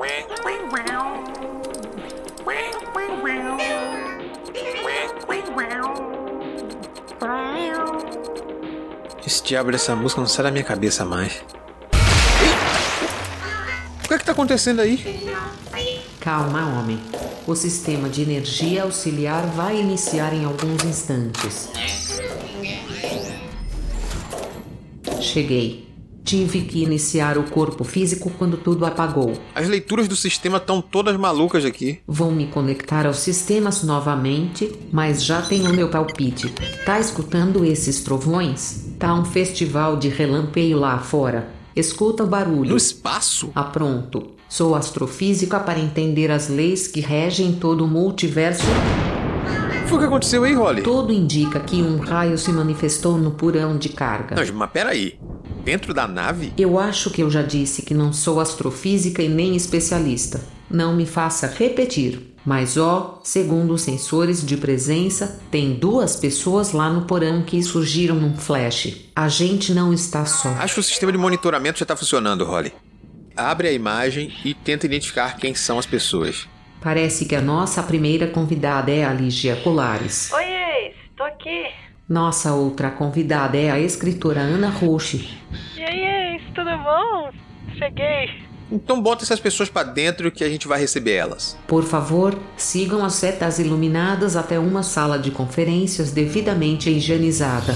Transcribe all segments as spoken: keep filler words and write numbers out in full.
Esse diabo dessa música não sai da minha cabeça mais. O que é que tá acontecendo aí? Calma, homem. O sistema de energia auxiliar vai iniciar em alguns instantes. Cheguei. Tive que iniciar o corpo físico quando tudo apagou. As leituras do sistema estão todas malucas aqui. Vou me conectar aos sistemas novamente, mas já tenho meu palpite. Tá escutando esses trovões? Tá um festival de relampeio lá fora. Escuta o barulho. No espaço? Ah, pronto. Sou astrofísica para entender as leis que regem todo o multiverso. Foi o que aconteceu aí, Holly? Tudo indica que um raio se manifestou no porão de carga. Não, mas peraí. Dentro da nave? Eu acho que eu já disse que não sou astrofísica e nem especialista. Não me faça repetir. Mas ó, segundo os sensores de presença, tem duas pessoas lá no porão que surgiram num flash. A gente não está só. Acho que o sistema de monitoramento já está funcionando, Holly. Abre a imagem e tenta identificar quem são as pessoas. Parece que a nossa primeira convidada é a Lígia Colares. Oi, ex, tô aqui. Nossa outra convidada é a escritora Ana Roche. E aí, ex, tudo bom? Cheguei. Então bota essas pessoas pra dentro que a gente vai receber elas. Por favor, sigam as setas iluminadas até uma sala de conferências devidamente higienizada.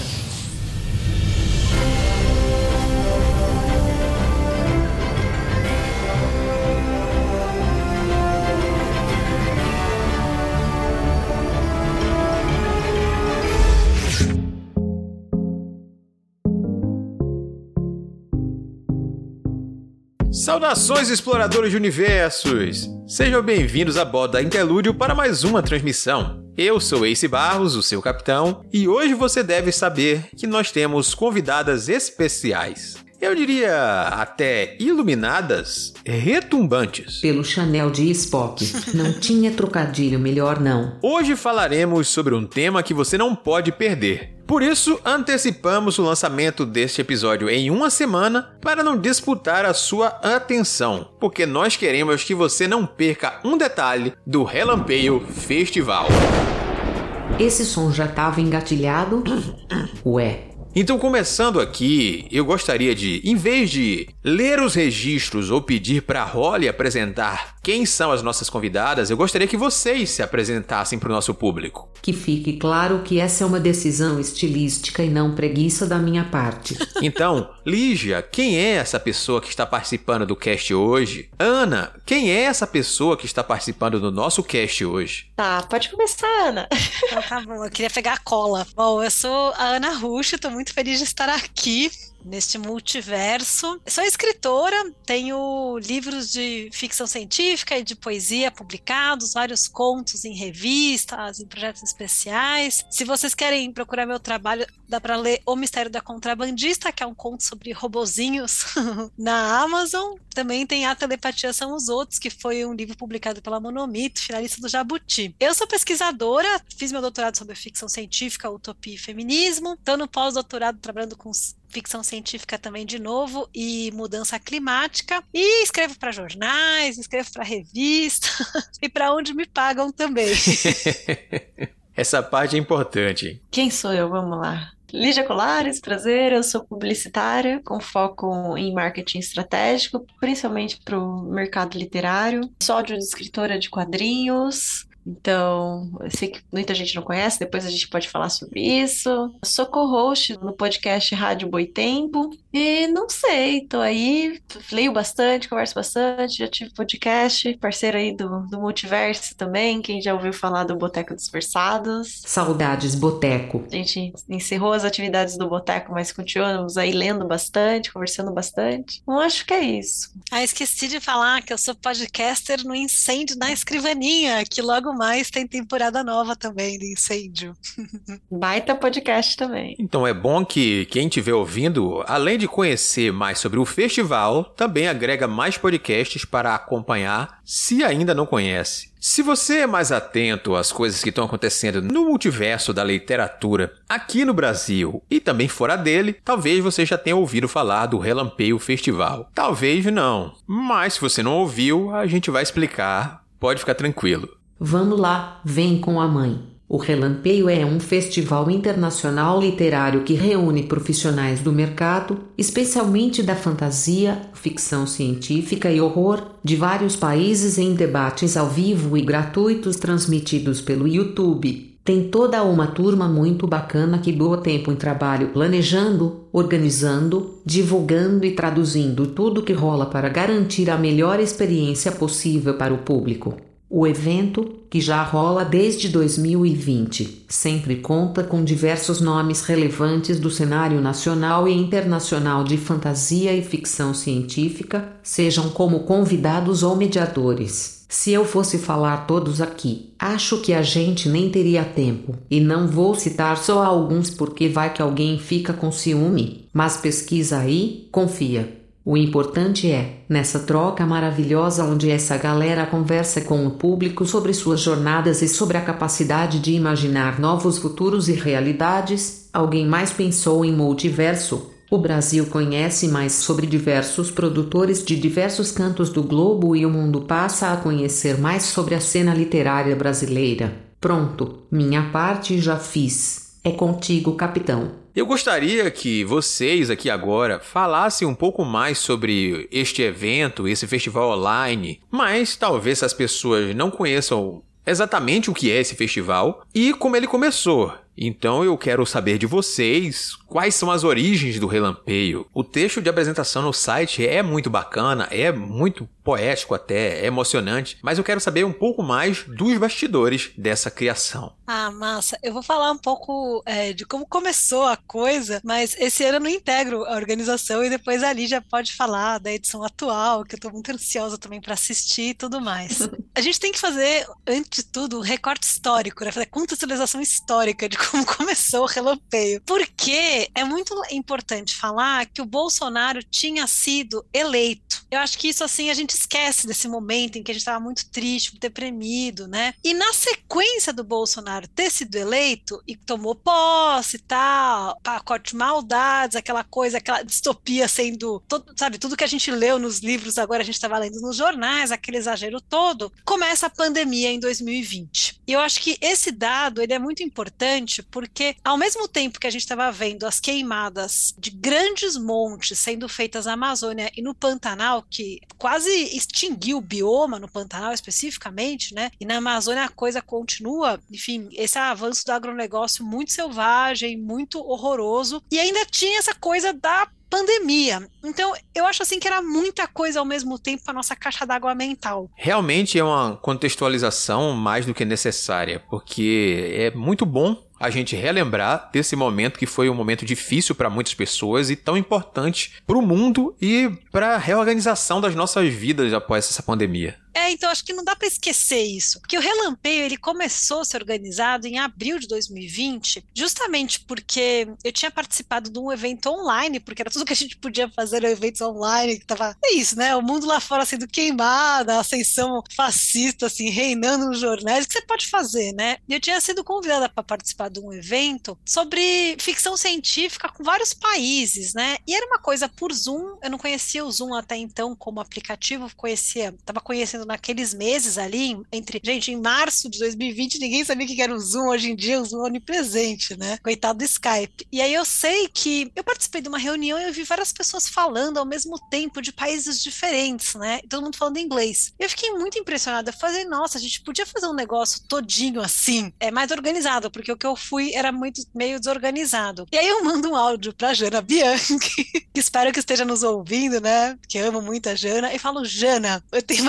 Saudações, exploradores de universos! Sejam bem-vindos a bordo da Interlúdio para mais uma transmissão. Eu sou Ace Barros, o seu capitão, e hoje você deve saber que nós temos convidadas especiais. Eu diria até iluminadas, retumbantes. Pelo Chanel de Spock. Não tinha trocadilho melhor não. Hoje falaremos sobre um tema que você não pode perder. Por isso, antecipamos o lançamento deste episódio em uma semana para não disputar a sua atenção, porque nós queremos que você não perca um detalhe do Relampeio Festival. Esse som já estava engatilhado? Ué. Então, começando aqui, eu gostaria de, em vez de ler os registros ou pedir para a Holly apresentar quem são as nossas convidadas, eu gostaria que vocês se apresentassem para o nosso público. Que fique claro que essa é uma decisão estilística e não preguiça da minha parte. Então, Lígia, quem é essa pessoa que está participando do cast hoje? Ana, quem é essa pessoa que está participando do nosso cast hoje? Tá, pode começar, Ana. Então tá bom, eu queria pegar a cola. Bom, eu sou a Ana Rusch, tô muito feliz de estar aqui neste multiverso. Sou escritora, tenho livros de ficção científica e de poesia publicados, vários contos em revistas, em projetos especiais. Se vocês querem procurar meu trabalho, dá para ler O Mistério da Contrabandista, que é um conto sobre robozinhos na Amazon. Também tem A Telepatia São os Outros, que foi um livro publicado pela Monomito, finalista do Jabuti. Eu sou pesquisadora, fiz meu doutorado sobre ficção científica, utopia e feminismo. Estou no pós-doutorado trabalhando com ficção científica também de novo e mudança climática, e escrevo para jornais, escrevo para revista e para onde me pagam também. Essa parte é importante. Quem sou eu? Vamos lá. Lígia Colares, prazer, eu sou publicitária com foco em marketing estratégico, principalmente para o mercado literário. Sou escritora de quadrinhos. Então, eu sei que muita gente não conhece, depois a gente pode falar sobre isso. Eu sou co-host no podcast Rádio Boitempo e não sei, tô aí, leio bastante, converso bastante, já tive podcast, parceiro aí do, do Multiverso também, quem já ouviu falar do Boteco Dispersados. Saudades, Boteco. A gente encerrou as atividades do Boteco, mas continuamos aí lendo bastante, conversando bastante. Então, acho que é isso. Ah, esqueci de falar que eu sou podcaster no Incêndio na Escrivaninha, que logo mais tem temporada nova também do Incêndio. Baita podcast também. Então é bom que quem estiver ouvindo, além de conhecer mais sobre o festival, também agrega mais podcasts para acompanhar, se ainda não conhece. Se você é mais atento às coisas que estão acontecendo no multiverso da literatura aqui no Brasil e também fora dele, talvez você já tenha ouvido falar do Relampeio Festival. Talvez não, mas se você não ouviu, a gente vai explicar, pode ficar tranquilo. Vamos lá, vem com a mãe. O Relampeio é um festival internacional literário que reúne profissionais do mercado, especialmente da fantasia, ficção científica e horror, de vários países em debates ao vivo e gratuitos transmitidos pelo YouTube. Tem toda uma turma muito bacana que doa tempo em trabalho planejando, organizando, divulgando e traduzindo tudo que rola para garantir a melhor experiência possível para o público. O evento, que já rola desde dois mil e vinte, sempre conta com diversos nomes relevantes do cenário nacional e internacional de fantasia e ficção científica, sejam como convidados ou mediadores. Se eu fosse falar todos aqui, acho que a gente nem teria tempo, e não vou citar só alguns porque vai que alguém fica com ciúme, mas pesquisa aí, confia. O importante é, nessa troca maravilhosa onde essa galera conversa com o público sobre suas jornadas e sobre a capacidade de imaginar novos futuros e realidades, alguém mais pensou em multiverso? O Brasil conhece mais sobre diversos produtores de diversos cantos do globo e o mundo passa a conhecer mais sobre a cena literária brasileira. Pronto, minha parte já fiz. É contigo, capitão. Eu gostaria que vocês aqui agora falassem um pouco mais sobre este evento, esse festival online, mas talvez as pessoas não conheçam exatamente o que é esse festival e como ele começou. Então eu quero saber de vocês quais são as origens do Relampeio. O texto de apresentação no site é muito bacana, é muito poético até, é emocionante, mas eu quero saber um pouco mais dos bastidores dessa criação. Ah, massa. Eu vou falar um pouco é, de como começou a coisa, mas esse ano eu não integro a organização e depois a Lígia pode falar da edição atual, que eu tô muito ansiosa também para assistir e tudo mais. A gente tem que fazer, antes de tudo, um recorte histórico, né? Fazer contextualização histórica de como começou o Relampeio. Porque é muito importante falar que o Bolsonaro tinha sido eleito. Eu acho que isso, assim, a gente esquece desse momento em que a gente estava muito triste, deprimido, né? E na sequência do Bolsonaro ter sido eleito e tomou posse e tal, pacote de maldades, aquela coisa, aquela distopia sendo, todo, sabe, tudo que a gente leu nos livros, agora a gente estava lendo nos jornais, aquele exagero todo, começa a pandemia em dois mil e vinte. E eu acho que esse dado, ele é muito importante porque, ao mesmo tempo que a gente estava vendo as queimadas de grandes montes sendo feitas na Amazônia e no Pantanal, que quase extinguiu o bioma no Pantanal especificamente, né? E na Amazônia a coisa continua, enfim, esse avanço do agronegócio muito selvagem, muito horroroso, e ainda tinha essa coisa da pandemia. Então, eu acho assim que era muita coisa ao mesmo tempo para nossa caixa d'água mental. Realmente é uma contextualização mais do que necessária, porque é muito bom a gente relembrar desse momento que foi um momento difícil para muitas pessoas e tão importante para o mundo e para a reorganização das nossas vidas após essa pandemia. É, então acho que não dá para esquecer isso, porque o Relampeio ele começou a ser organizado em abril de dois mil e vinte, justamente porque eu tinha participado de um evento online, porque era tudo que a gente podia fazer em eventos online, que tava, é isso, né, o mundo lá fora sendo queimado, a ascensão fascista, assim, reinando nos jornais, o que você pode fazer, né? E eu tinha sido convidada para participar de um evento sobre ficção científica com vários países, né, e era uma coisa por Zoom, eu não conhecia o Zoom até então como aplicativo, conhecia, tava conhecendo naqueles meses ali, entre, gente, em março de dois mil e vinte, ninguém sabia o que era o Zoom, hoje em dia o Zoom é onipresente, né? Coitado do Skype. E aí eu sei que eu participei de uma reunião e eu vi várias pessoas falando ao mesmo tempo de países diferentes, né? E todo mundo falando inglês. Eu fiquei muito impressionada, eu falei, nossa, a gente podia fazer um negócio todinho assim, é mais organizado, porque o que eu fui era muito, meio desorganizado. E aí eu mando um áudio pra Jana Bianchi, que espero que esteja nos ouvindo, né? Que amo muito a Jana, e falo, Jana, eu tenho uma ideia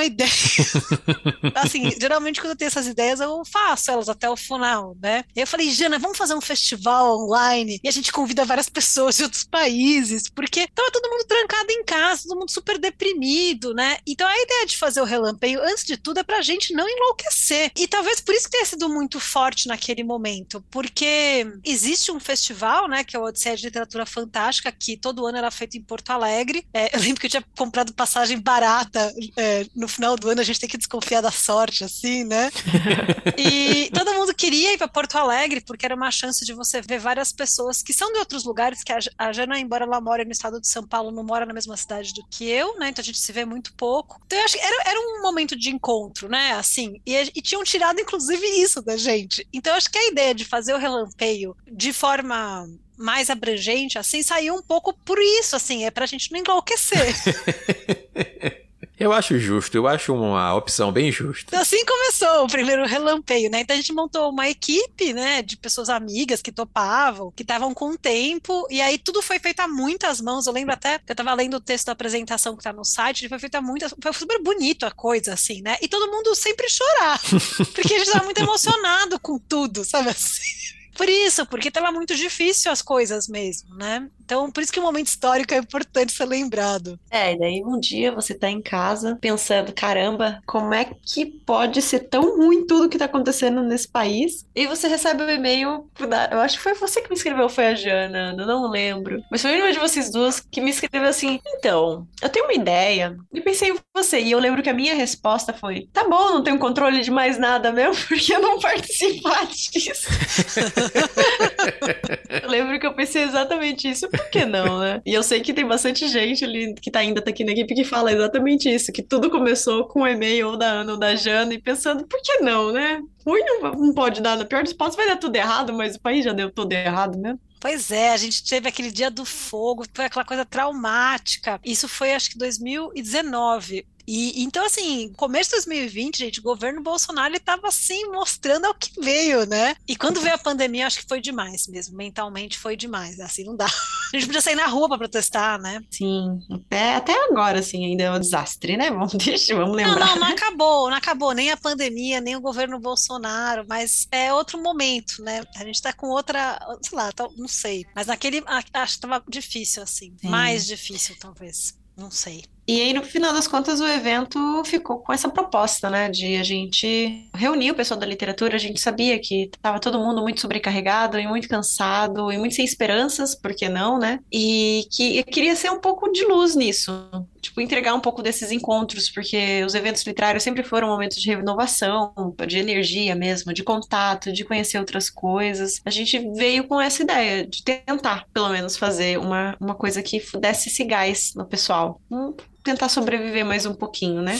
Assim, geralmente quando eu tenho essas ideias, eu faço elas até o final, né? E eu falei, Jana, vamos fazer um festival online e a gente convida várias pessoas de outros países, porque tava todo mundo trancado em casa, todo mundo super deprimido, né? Então a ideia de fazer o relampeio, antes de tudo, é pra gente não enlouquecer. E talvez por isso que tenha sido muito forte naquele momento, porque existe um festival, né, que é o Odisseia de Literatura Fantástica, que todo ano era feito em Porto Alegre. É, eu lembro que eu tinha comprado passagem barata, é, no final do ano a gente tem que desconfiar da sorte, assim, né? E todo mundo queria ir para Porto Alegre, porque era uma chance de você ver várias pessoas que são de outros lugares, que a, a Jana, embora ela mora no estado de São Paulo, não mora na mesma cidade do que eu, né? Então a gente se vê muito pouco. Então eu acho que era, era um momento de encontro, né? Assim, e, e tinham tirado, inclusive, isso da gente. Então eu acho que a ideia de fazer o relampeio de forma mais abrangente, assim, saiu um pouco por isso, assim, é pra gente não enlouquecer. Eu acho justo, eu acho uma opção bem justa. Então assim começou o primeiro relampeio, né? Então a gente montou uma equipe, né, de pessoas amigas que topavam, que estavam com tempo, e aí tudo foi feito a muitas mãos. Eu lembro até que eu tava lendo o texto da apresentação que tá no site, foi feito a muitas, foi super bonito a coisa, assim, né? E todo mundo sempre chorar, porque a gente tava muito emocionado com tudo, sabe assim? Por isso, porque estava muito difícil as coisas mesmo, né? Então, por isso que o momento histórico é importante ser lembrado. É, e daí um dia você tá em casa pensando, caramba, como é que pode ser tão ruim tudo que tá acontecendo nesse país? E você recebe um e-mail, eu acho que foi você que me escreveu, foi a Jana, eu não lembro. Mas foi uma de vocês duas que me escreveu assim, então, eu tenho uma ideia e pensei em você. E eu lembro que a minha resposta foi, tá bom, não tenho controle de mais nada mesmo, porque eu não participar disso. Eu lembro que eu pensei exatamente isso, por que não, né? E eu sei que tem bastante gente ali que tá, ainda tá aqui na equipe que fala exatamente isso, que tudo começou com o e-mail ou da Ana ou da Jana e pensando, por que não, né? Ruim não, não pode dar, no pior dos pontos vai dar tudo errado, mas o país já deu tudo errado mesmo. Pois é, a gente teve aquele dia do fogo, foi aquela coisa traumática. Isso foi, acho que, dois mil e dezenove. E, então, assim, começo de dois mil e vinte, gente, o governo Bolsonaro, ele tava, assim, mostrando ao que veio, né? E quando veio a pandemia, acho que foi demais mesmo, mentalmente foi demais, assim, não dá. A gente podia sair na rua pra protestar, né? Sim, até, até agora, assim, ainda é um desastre, né? Vamos, deixa, vamos lembrar. Não, não, não acabou, não acabou, nem a pandemia, nem o governo Bolsonaro, mas é outro momento, né? A gente tá com outra, sei lá, não sei, mas naquele, acho que tava difícil, assim, Sim. mais difícil, talvez, não sei. E aí, no final das contas, o evento ficou com essa proposta, né, de a gente reunir o pessoal da literatura. A gente sabia que estava todo mundo muito sobrecarregado e muito cansado e muito sem esperanças, por que não, né? E que eu queria ser um pouco de luz nisso, tipo, entregar um pouco desses encontros, porque os eventos literários sempre foram momentos de renovação, de energia mesmo, de contato, de conhecer outras coisas. A gente veio com essa ideia de tentar, pelo menos, fazer uma, uma coisa que desse esse gás no pessoal. Hum. Tentar sobreviver mais um pouquinho, né?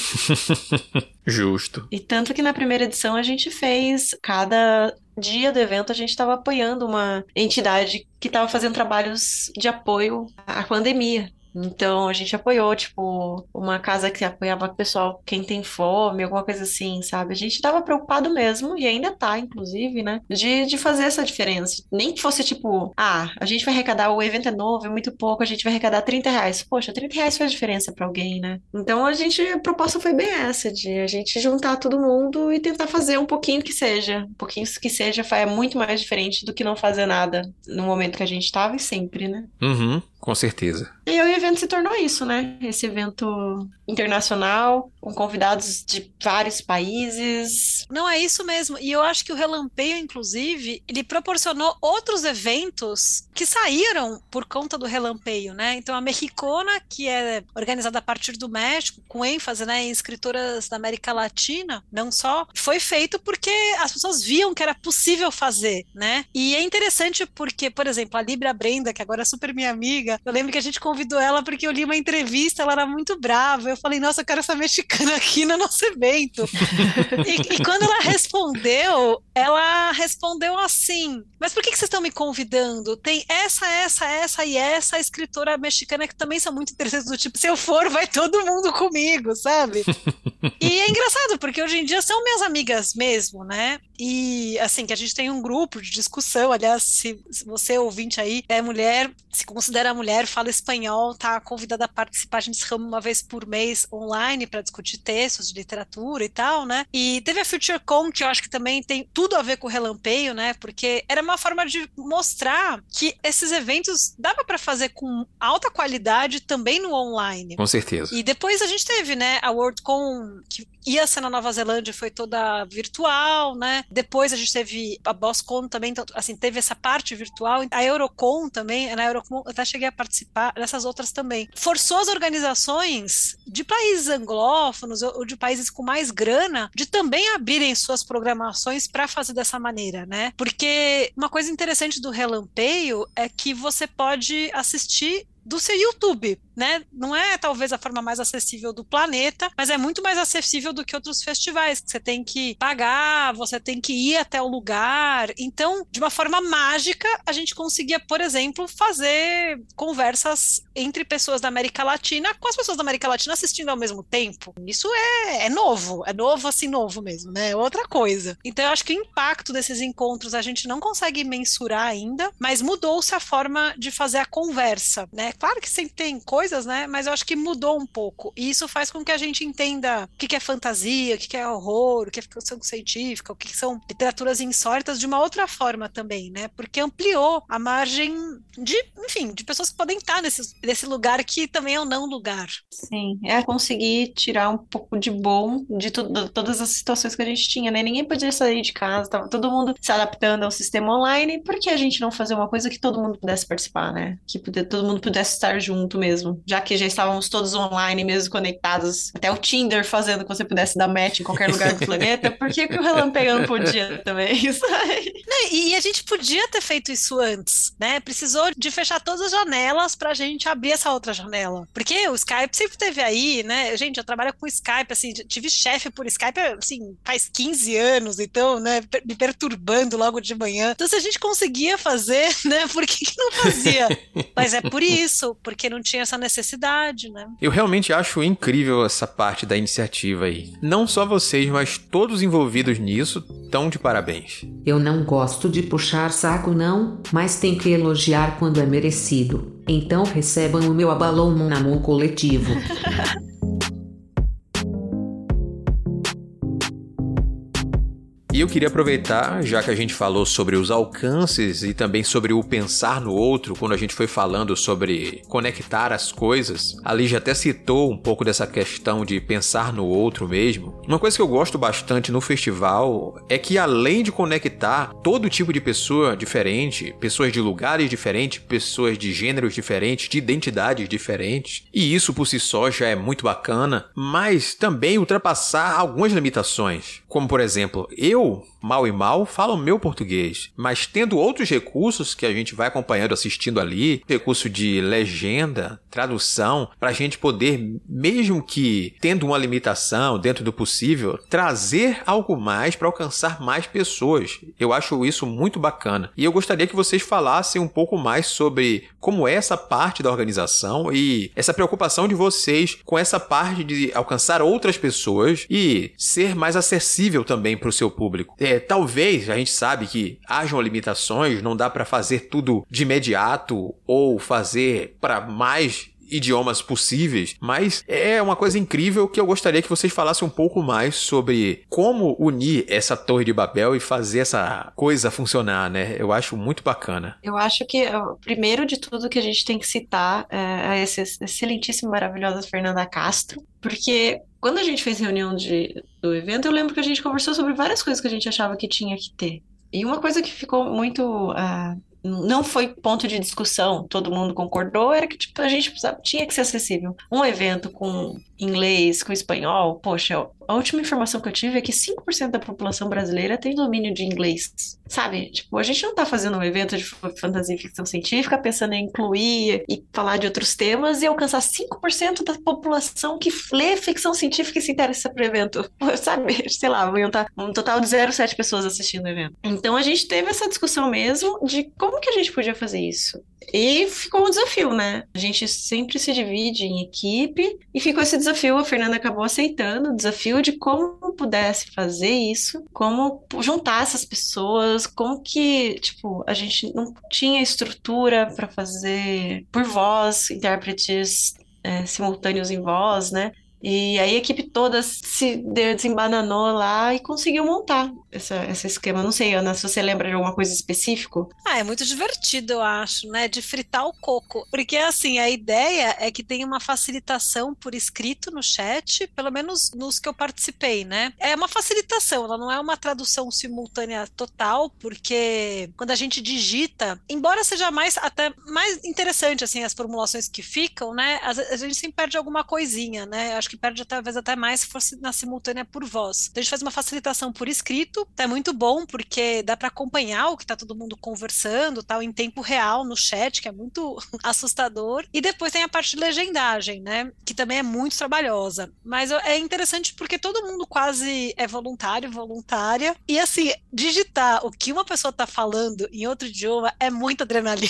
Justo. E tanto que na primeira edição a gente fez, cada dia do evento a gente estava apoiando uma entidade que estava fazendo trabalhos de apoio à pandemia. Então a gente apoiou, tipo, uma casa que apoiava o pessoal, quem tem fome, alguma coisa assim, sabe? A gente tava preocupado mesmo, e ainda tá, inclusive, né? De, de fazer essa diferença. Nem que fosse tipo, ah, a gente vai arrecadar, o evento é novo, é muito pouco, a gente vai arrecadar trinta reais. Poxa, trinta reais faz diferença pra alguém, né? Então a gente, a proposta foi bem essa, de a gente juntar todo mundo e tentar fazer um pouquinho que seja. Um pouquinho que seja é muito mais diferente do que não fazer nada no momento que a gente tava e sempre, né? Uhum, com certeza. E aí o evento se tornou isso, né? Esse evento internacional, com convidados de vários países. Não, é isso mesmo. E eu acho que o Relampeio, inclusive, ele proporcionou outros eventos que saíram por conta do Relampeio, né? Então a Mexicona, que é organizada a partir do México, com ênfase, né, em escritoras da América Latina, não só, foi feito porque as pessoas viam que era possível fazer, né? E é interessante porque, por exemplo, a Libra Brenda, que agora é super minha amiga, eu lembro que a gente convidou ela porque eu li uma entrevista, ela era muito brava, eu falei, nossa, eu quero essa mexicana aqui no nosso evento. e, e quando ela respondeu, ela respondeu assim, mas por que, que vocês estão me convidando? Tem essa, essa, essa e essa escritora mexicana que também são muito interessantes, do tipo, se eu for, vai todo mundo comigo, sabe? E é engraçado, porque hoje em dia são minhas amigas mesmo, né? E, assim, que a gente tem um grupo de discussão, aliás, se, se você, ouvinte aí, é mulher, se considera mulher, fala espanhol, tá convidada a participar, a gente se reúne uma vez por mês online para discutir textos de literatura e tal, né? E teve a FutureCon, que eu acho que também tem tudo a ver com o Relampeio, né? Porque era uma forma de mostrar que esses eventos dava para fazer com alta qualidade também no online. Com certeza. E depois a gente teve, né, a WorldCon, que ia ser na Nova Zelândia, foi toda virtual, né? Depois a gente teve a BossCon também, então, assim, teve essa parte virtual. A Eurocon também, na Eurocon eu até cheguei a participar dessas outras também. Forçou as organizações de países anglófonos ou de países com mais grana de também abrirem suas programações para fazer dessa maneira, né? Porque uma coisa interessante do Relampeio é que você pode assistir do seu YouTube, né? Não é talvez a forma mais acessível do planeta, mas é muito mais acessível do que outros festivais, que você tem que pagar, você tem que ir até o lugar. Então, de uma forma mágica, a gente conseguia, por exemplo, fazer conversas entre pessoas da América Latina com as pessoas da América Latina assistindo ao mesmo tempo. Isso é, é novo, é novo assim, novo mesmo, né? É outra coisa. Então, eu acho que o impacto desses encontros a gente não consegue mensurar ainda, mas mudou-se a forma de fazer a conversa, né? Claro que sempre tem coisas, né? Mas eu acho que mudou um pouco. E isso faz com que a gente entenda o que é fantasia, o que é horror, o que é ficção científica, o que são literaturas insólitas de uma outra forma também, né? Porque ampliou a margem de, enfim, de pessoas que podem estar nesse, nesse lugar que também é um não lugar. Sim, é conseguir tirar um pouco de bom de tudo, todas as situações que a gente tinha, né? Ninguém podia sair de casa, tava todo mundo se adaptando ao sistema online. Por que a gente não fazer uma coisa que todo mundo pudesse participar, né? Que todo mundo pudesse estar junto mesmo, já que já estávamos todos online mesmo conectados, até o Tinder fazendo que você pudesse dar match em qualquer lugar do planeta, por que, que o Relampeio não podia também? Isso aí. Não, e a gente podia ter feito isso antes, né? Precisou de fechar todas as janelas pra gente abrir essa outra janela, porque o Skype sempre teve aí, né? Gente, eu trabalho com Skype, assim, tive chefe por Skype, assim, faz quinze anos, então, né, me perturbando logo de manhã. Então, se a gente conseguia fazer, né, por que que não fazia? Mas é por isso, porque não tinha essa necessidade, né? Eu realmente acho incrível essa parte da iniciativa aí. Não só vocês, mas todos envolvidos nisso estão de parabéns. Eu não gosto de puxar saco não, mas tem que elogiar quando é merecido. Então recebam o meu abalão na mão coletivo. E eu queria aproveitar, já que a gente falou sobre os alcances e também sobre o pensar no outro, quando a gente foi falando sobre conectar as coisas, a Lígia até citou um pouco dessa questão de pensar no outro mesmo. Uma coisa que eu gosto bastante no festival é que, além de conectar todo tipo de pessoa diferente, pessoas de lugares diferentes, pessoas de gêneros diferentes, de identidades diferentes, e isso por si só já é muito bacana, mas também ultrapassar algumas limitações, como por exemplo, eu mal e mal, falo meu português, mas tendo outros recursos que a gente vai acompanhando, assistindo ali, recurso de legenda, tradução, para a gente poder, mesmo que tendo uma limitação dentro do possível, trazer algo mais para alcançar mais pessoas. Eu acho isso muito bacana. E eu gostaria que vocês falassem um pouco mais sobre como é essa parte da organização e essa preocupação de vocês com essa parte de alcançar outras pessoas e ser mais acessível também para o seu público. É, talvez, a gente sabe que hajam limitações, não dá para fazer tudo de imediato ou fazer para mais idiomas possíveis, mas é uma coisa incrível que eu gostaria que vocês falassem um pouco mais sobre como unir essa Torre de Babel e fazer essa coisa funcionar, né? Eu acho muito bacana. Eu acho que o primeiro de tudo que a gente tem que citar é a essa excelentíssima, maravilhosa Fernanda Castro, porque quando a gente fez reunião de, do evento, eu lembro que a gente conversou sobre várias coisas que a gente achava que tinha que ter. E uma coisa que ficou muito... Uh, não foi ponto de discussão, todo mundo concordou, era que tipo, a gente precisava, tinha que ser acessível. Um evento com inglês, com espanhol, poxa, a última informação que eu tive é que cinco por cento da população brasileira tem domínio de inglês, sabe? Tipo, a gente não tá fazendo um evento de fantasia e ficção científica pensando em incluir e falar de outros temas e alcançar cinco por cento da população que lê ficção científica e se interessa pro evento, sabe? Sei lá, vão estar um total de zero vírgula sete pessoas assistindo o evento. Então a gente teve essa discussão mesmo de como que a gente podia fazer isso. E ficou um desafio, né? A gente sempre se divide em equipe e ficou esse desafio desafio, a Fernanda acabou aceitando o desafio de como pudesse fazer isso, como juntar essas pessoas, como que, tipo, a gente não tinha estrutura para fazer por voz, intérpretes é, simultâneos em voz, né? E aí a equipe toda se desembananou lá e conseguiu montar essa, esse esquema. Não sei, Ana, se você lembra de alguma coisa específica. Ah, é muito divertido, eu acho, né? De fritar o coco. Porque, assim, a ideia é que tenha uma facilitação por escrito no chat, pelo menos nos que eu participei, né? É uma facilitação, ela não é uma tradução simultânea total, porque quando a gente digita, embora seja mais, até mais interessante, assim, as formulações que ficam, né? A, a gente sempre perde alguma coisinha, né? Acho que perde talvez até mais se fosse na simultânea por voz. Então a gente faz uma facilitação por escrito, tá, é muito bom porque dá para acompanhar o que tá todo mundo conversando, tal, em tempo real no chat, que é muito assustador. E depois tem a parte de legendagem, né, que também é muito trabalhosa. Mas é interessante porque todo mundo quase é voluntário, voluntária. E assim, digitar o que uma pessoa tá falando em outro idioma é muita adrenalina.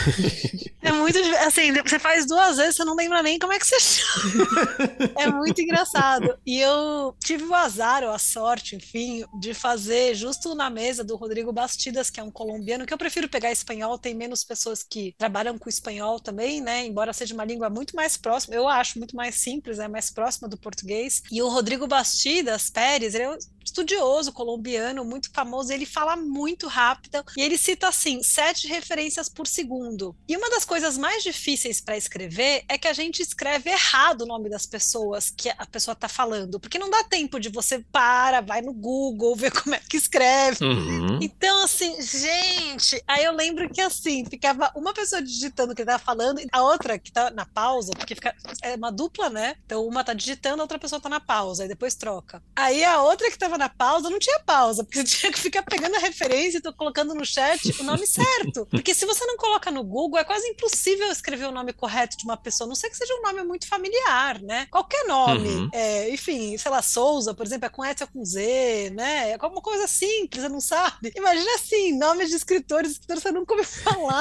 É muito, assim, você faz duas vezes, você não lembra nem como é que você chama. É muito engraçado. E eu tive o azar ou a sorte, enfim, de fazer justo na mesa do Rodrigo Bastidas, que é um colombiano, que eu prefiro pegar espanhol, tem menos pessoas que trabalham com espanhol também, né? Embora seja uma língua muito mais próxima, eu acho muito mais simples, é mais próxima do português. E o Rodrigo Bastidas Pérez, ele é um estudioso colombiano, muito famoso, ele fala muito rápido e ele cita assim, sete referências por segundo. E uma das coisas mais difíceis para escrever é que a gente escreve errado o nome das pessoas que a pessoa está falando, porque não dá tempo de você para, vai no Google, ver como é que escreve. Uhum. Então, assim, gente, aí eu lembro que assim, ficava uma pessoa digitando o que ele estava falando, e a outra que tá na pausa, porque fica, é uma dupla, né? Então uma tá digitando, a outra pessoa tá na pausa, aí depois troca. Aí a outra que tava na pausa, não tinha pausa, porque você tinha que ficar pegando a referência e tô colocando no chat o nome certo. Porque se você não coloca no Google, é quase impossível escrever o nome correto de uma pessoa, a não ser que seja um nome muito familiar, né? Qualquer nome, Uhum. é, enfim, sei lá, Souza, por exemplo, é com S ou com Z, né? É alguma coisa simples, você não sabe. Imagina assim, nomes de escritores, escritores você nunca ouviu falar.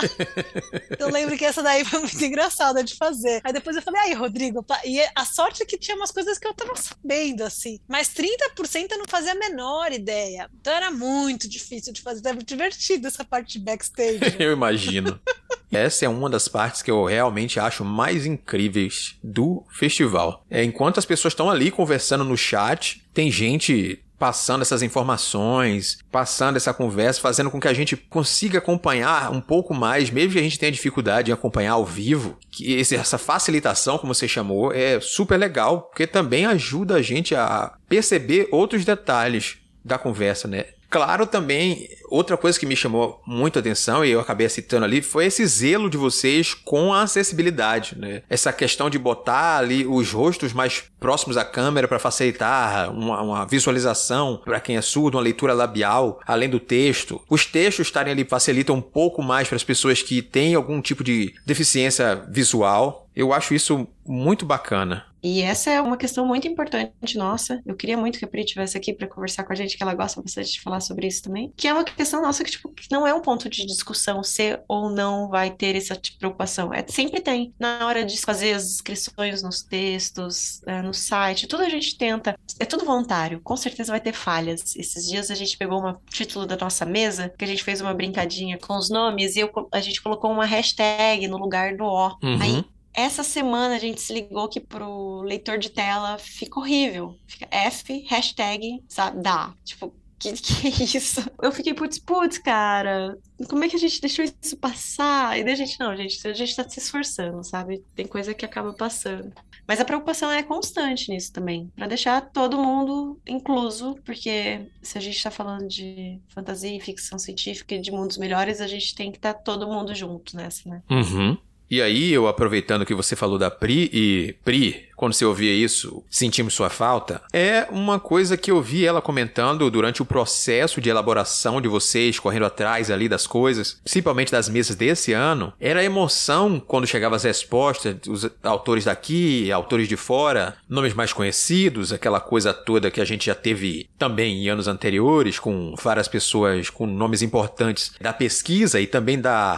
Eu lembro que essa daí foi muito engraçada de fazer. Aí depois eu falei, aí, Rodrigo, pá. E a sorte é que tinha umas coisas que eu tava sabendo, assim. Mas trinta por cento eu não fazia a menor ideia. Então era muito difícil de fazer. Tava divertido essa parte de backstage. Eu imagino. Essa é uma das partes que eu realmente acho mais incríveis do festival. É, enquanto as pessoas estão ali conversando no chat, tem gente passando essas informações, passando essa conversa, fazendo com que a gente consiga acompanhar um pouco mais, mesmo que a gente tenha dificuldade em acompanhar ao vivo, que esse, essa facilitação, como você chamou, é super legal, porque também ajuda a gente a perceber outros detalhes da conversa, né? Claro, também, outra coisa que me chamou muita atenção, e eu acabei citando ali, foi esse zelo de vocês com a acessibilidade, né? Essa questão de botar ali os rostos mais próximos à câmera para facilitar uma, uma visualização para quem é surdo, uma leitura labial, além do texto. Os textos estarem ali facilitam um pouco mais para as pessoas que têm algum tipo de deficiência visual. Eu acho isso muito bacana. E essa é uma questão muito importante nossa. Eu queria muito que a Pri estivesse aqui para conversar com a gente, que ela gosta bastante de falar sobre isso também. Que é uma questão nossa que, tipo, que não é um ponto de discussão se ou não vai ter essa tipo, preocupação. É, sempre tem. Na hora de fazer as inscrições nos textos, é, no site, tudo a gente tenta. É tudo voluntário. Com certeza vai ter falhas. Esses dias a gente pegou o título da nossa mesa, que a gente fez uma brincadinha com os nomes e eu, a gente colocou uma hashtag no lugar do O. Uhum. Aí, essa semana a gente se ligou que pro leitor de tela fica horrível. Fica F, hashtag, sabe, dá. Tipo, que que é isso? Eu fiquei, putz, putz, cara, como é que a gente deixou isso passar? E daí a gente, não, gente, a gente tá se esforçando, sabe? Tem coisa que acaba passando. Mas a preocupação é constante nisso também, pra deixar todo mundo incluso, porque se a gente tá falando de fantasia e ficção científica e de mundos melhores, a gente tem que estar tá todo mundo junto nessa, né? Uhum. E aí, eu aproveitando que você falou da Pri, e Pri, quando você ouvia isso, sentimos sua falta, é uma coisa que eu vi ela comentando durante o processo de elaboração de vocês, correndo atrás ali das coisas, principalmente das mesas desse ano, era a emoção quando chegavam as respostas, os autores daqui, autores de fora, nomes mais conhecidos, aquela coisa toda que a gente já teve também em anos anteriores, com várias pessoas com nomes importantes da pesquisa e também da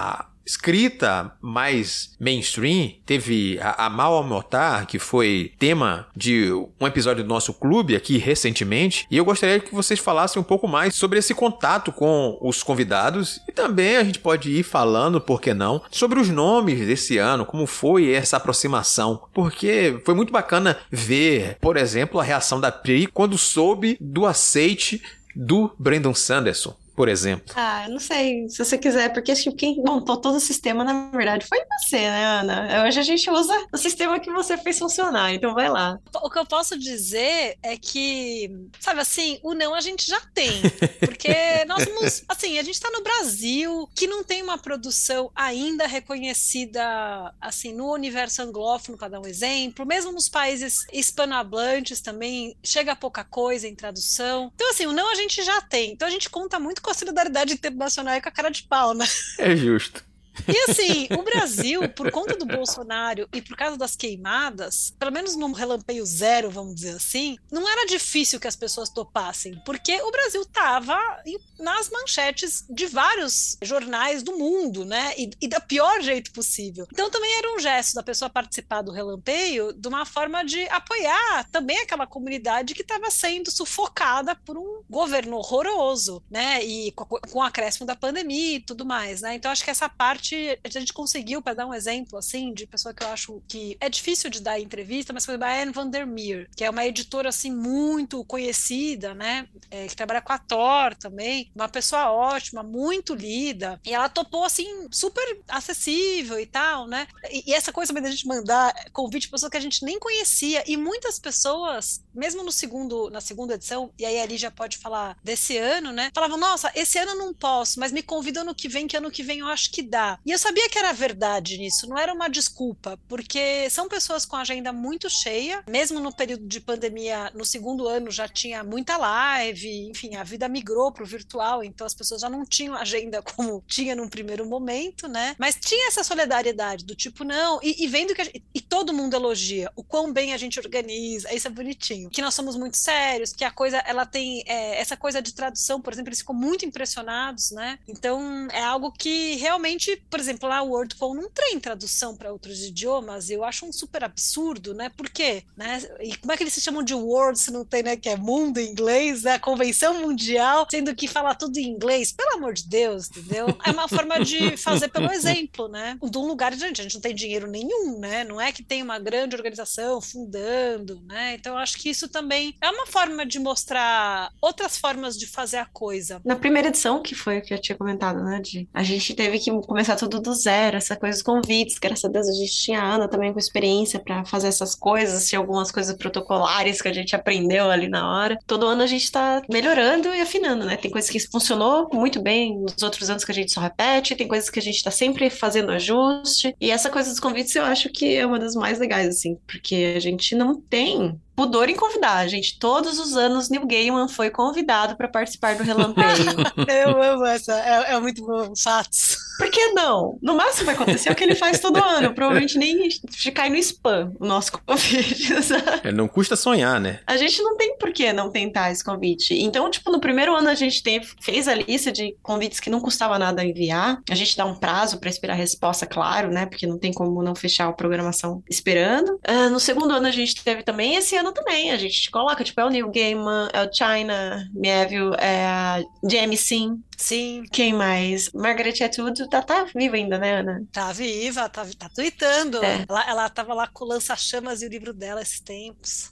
escrita mais mainstream. Teve a, a Mal Amotar, que foi tema de um episódio do nosso clube aqui recentemente, e eu gostaria que vocês falassem um pouco mais sobre esse contato com os convidados, e também a gente pode ir falando, por que não, sobre os nomes desse ano, como foi essa aproximação, porque foi muito bacana ver, por exemplo, a reação da Pri quando soube do aceite do Brandon Sanderson, por exemplo. Ah, eu não sei, se você quiser, porque acho que quem montou todo o sistema, na verdade, foi você, né, Ana? Hoje a gente usa o sistema que você fez funcionar, então vai lá. O que eu posso dizer é que, sabe assim, o não a gente já tem, porque nós somos, assim, a gente tá no Brasil, que não tem uma produção ainda reconhecida, assim, no universo anglófono, para dar um exemplo, mesmo nos países hispanohablantes também, chega pouca coisa em tradução. Então, assim, o não a gente já tem, então a gente conta muito com a solidariedade internacional e com a cara de pau, né? É justo. E assim, o Brasil, por conta do Bolsonaro e por causa das queimadas, pelo menos num relampeio zero, vamos dizer assim, não era difícil que as pessoas topassem, porque o Brasil estava nas manchetes de vários jornais do mundo, né? E, e da pior jeito possível. Então também era um gesto da pessoa participar do relampeio de uma forma de apoiar também aquela comunidade que estava sendo sufocada por um governo horroroso, né? E com, com o acréscimo da pandemia e tudo mais, né? Então acho que essa parte a gente conseguiu, para dar um exemplo assim, de pessoa que eu acho que é difícil de dar entrevista, mas foi a Anne Vandermeer, que é uma editora assim muito conhecida, né, é, que trabalha com a Thor também, uma pessoa ótima, muito lida, e ela topou assim, super acessível e tal, né, e, e essa coisa também da gente mandar convite para pessoas que a gente nem conhecia, e muitas pessoas, mesmo no segundo, na segunda edição, e aí ali já pode falar desse ano, né, falavam, nossa, esse ano eu não posso, mas me convida ano que vem, que ano que vem eu acho que dá. E eu sabia que era verdade nisso, não era uma desculpa, porque são pessoas com agenda muito cheia, mesmo no período de pandemia, no segundo ano já tinha muita live, enfim, a vida migrou para o virtual, então as pessoas já não tinham agenda como tinha num primeiro momento, né? Mas tinha essa solidariedade do tipo, não, e, e vendo que a gente, e todo mundo elogia o quão bem a gente organiza, isso é bonitinho, que nós somos muito sérios, que a coisa, ela tem é, essa coisa de tradução, por exemplo, eles ficam muito impressionados, né? Então é algo que realmente, por exemplo, lá o WordCon não tem tradução para outros idiomas, eu acho um super absurdo, né? Por quê? Né? E como é que eles se chamam de World se não tem, né? Que é mundo em inglês, né? Convenção mundial, sendo que fala tudo em inglês, pelo amor de Deus, entendeu? É uma forma de fazer pelo exemplo, né? De um lugar, gente, a gente não tem dinheiro nenhum, né? Não é que tem uma grande organização fundando, né? Então eu acho que isso também é uma forma de mostrar outras formas de fazer a coisa. Na primeira edição, que foi o que eu tinha comentado, né? De, a gente teve que começar tudo do zero, essa coisa dos convites, graças a Deus a gente tinha a Ana também com experiência para fazer essas coisas, tinha algumas coisas protocolares que a gente aprendeu ali na hora. Todo ano a gente tá melhorando e afinando, né? Tem coisas que funcionou muito bem nos outros anos que a gente só repete, tem coisas que a gente tá sempre fazendo ajuste, e essa coisa dos convites eu acho que é uma das mais legais, assim, porque a gente não tem pudor em convidar, gente. Todos os anos Neil Gaiman foi convidado para participar do relampeio. Eu amo essa, é, é muito bom, fatos. Por que não? No máximo vai acontecer o que ele faz todo ano. Provavelmente nem cai no spam o nosso convite, sabe? É, não custa sonhar, né? A gente não tem por que não tentar esse convite. Então, tipo, no primeiro ano a gente tem, fez a lista de convites que não custava nada enviar. A gente dá um prazo para esperar a resposta, claro, né? Porque não tem como não fechar a programação esperando. Uh, no segundo ano a gente teve também, esse ano também. A gente coloca, tipo, é o Neil Gaiman, é o China Miéville, é a Jamie Sim. Sim. Quem mais? Margaret Atwood tá, tá viva ainda, né, Ana? Tá viva, tá, tá tweetando. É. Ela, ela tava lá com o lança-chamas e o livro dela esses tempos.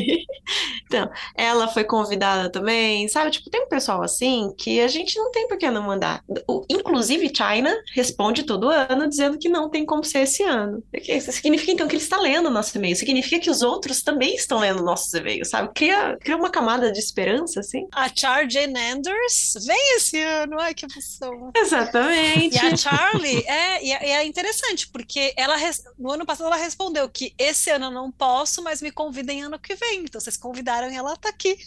Então, ela foi convidada também, sabe? Tipo, tem um pessoal assim que a gente não tem por que não mandar. O, inclusive, China responde todo ano dizendo que não tem como ser esse ano. Isso significa, então, que ele está lendo o nosso e-mail. Significa que os outros também estão lendo nossos e-mails, sabe? Cria, cria uma camada de esperança, assim. A Char Jane Anders vem esse ano. Ai, que emoção. Exatamente. E a Charlie, é, e é interessante, porque ela, no ano passado ela respondeu que esse ano eu não posso, mas me convidem ano que vem. Então vocês convidaram e ela tá aqui.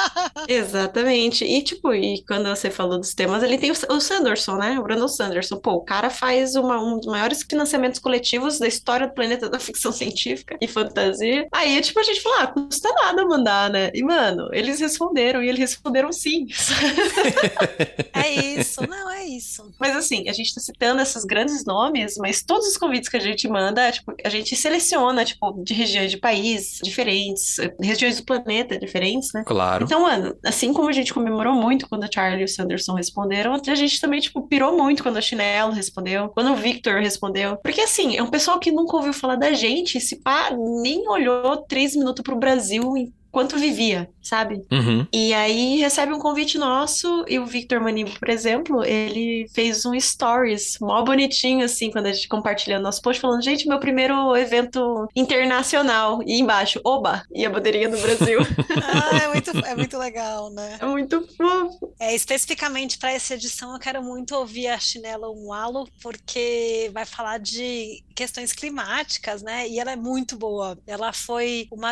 Exatamente. E tipo, e quando você falou dos temas, ele tem o, o Sanderson, né? O Brandon Sanderson. Pô, o cara faz uma, um dos maiores financiamentos coletivos da história do planeta da ficção científica e fantasia. Aí, tipo, a gente falou, ah, custa nada mandar, né? E, mano, eles responderam, e eles responderam sim. É isso, não, é isso. Mas assim, a gente tá citando esses grandes nomes, mas todos os convites que a gente manda, tipo, a gente seleciona, tipo, de regiões de país diferentes, regiões do planeta diferentes, né? Claro. Então, mano, assim como a gente comemorou muito quando a Charlie e o Sanderson responderam, a gente também, tipo, pirou muito quando a Chinelo respondeu, quando o Victor respondeu. Porque, assim, é um pessoal que nunca ouviu falar da gente, se pá, nem olhou três minutos pro Brasil enquanto vivia, sabe? Uhum. E aí recebe um convite nosso, e o Victor Manimo, por exemplo, ele fez um stories mó bonitinho, assim, quando a gente compartilhou nosso post, falando, gente, meu primeiro evento internacional. E embaixo, oba! E a bandeirinha do Brasil. Ah, é muito, é muito legal, né? É muito fofo. É, especificamente para essa edição, eu quero muito ouvir a Chinela Umalo, porque vai falar de questões climáticas, né? E ela é muito boa. Ela foi uma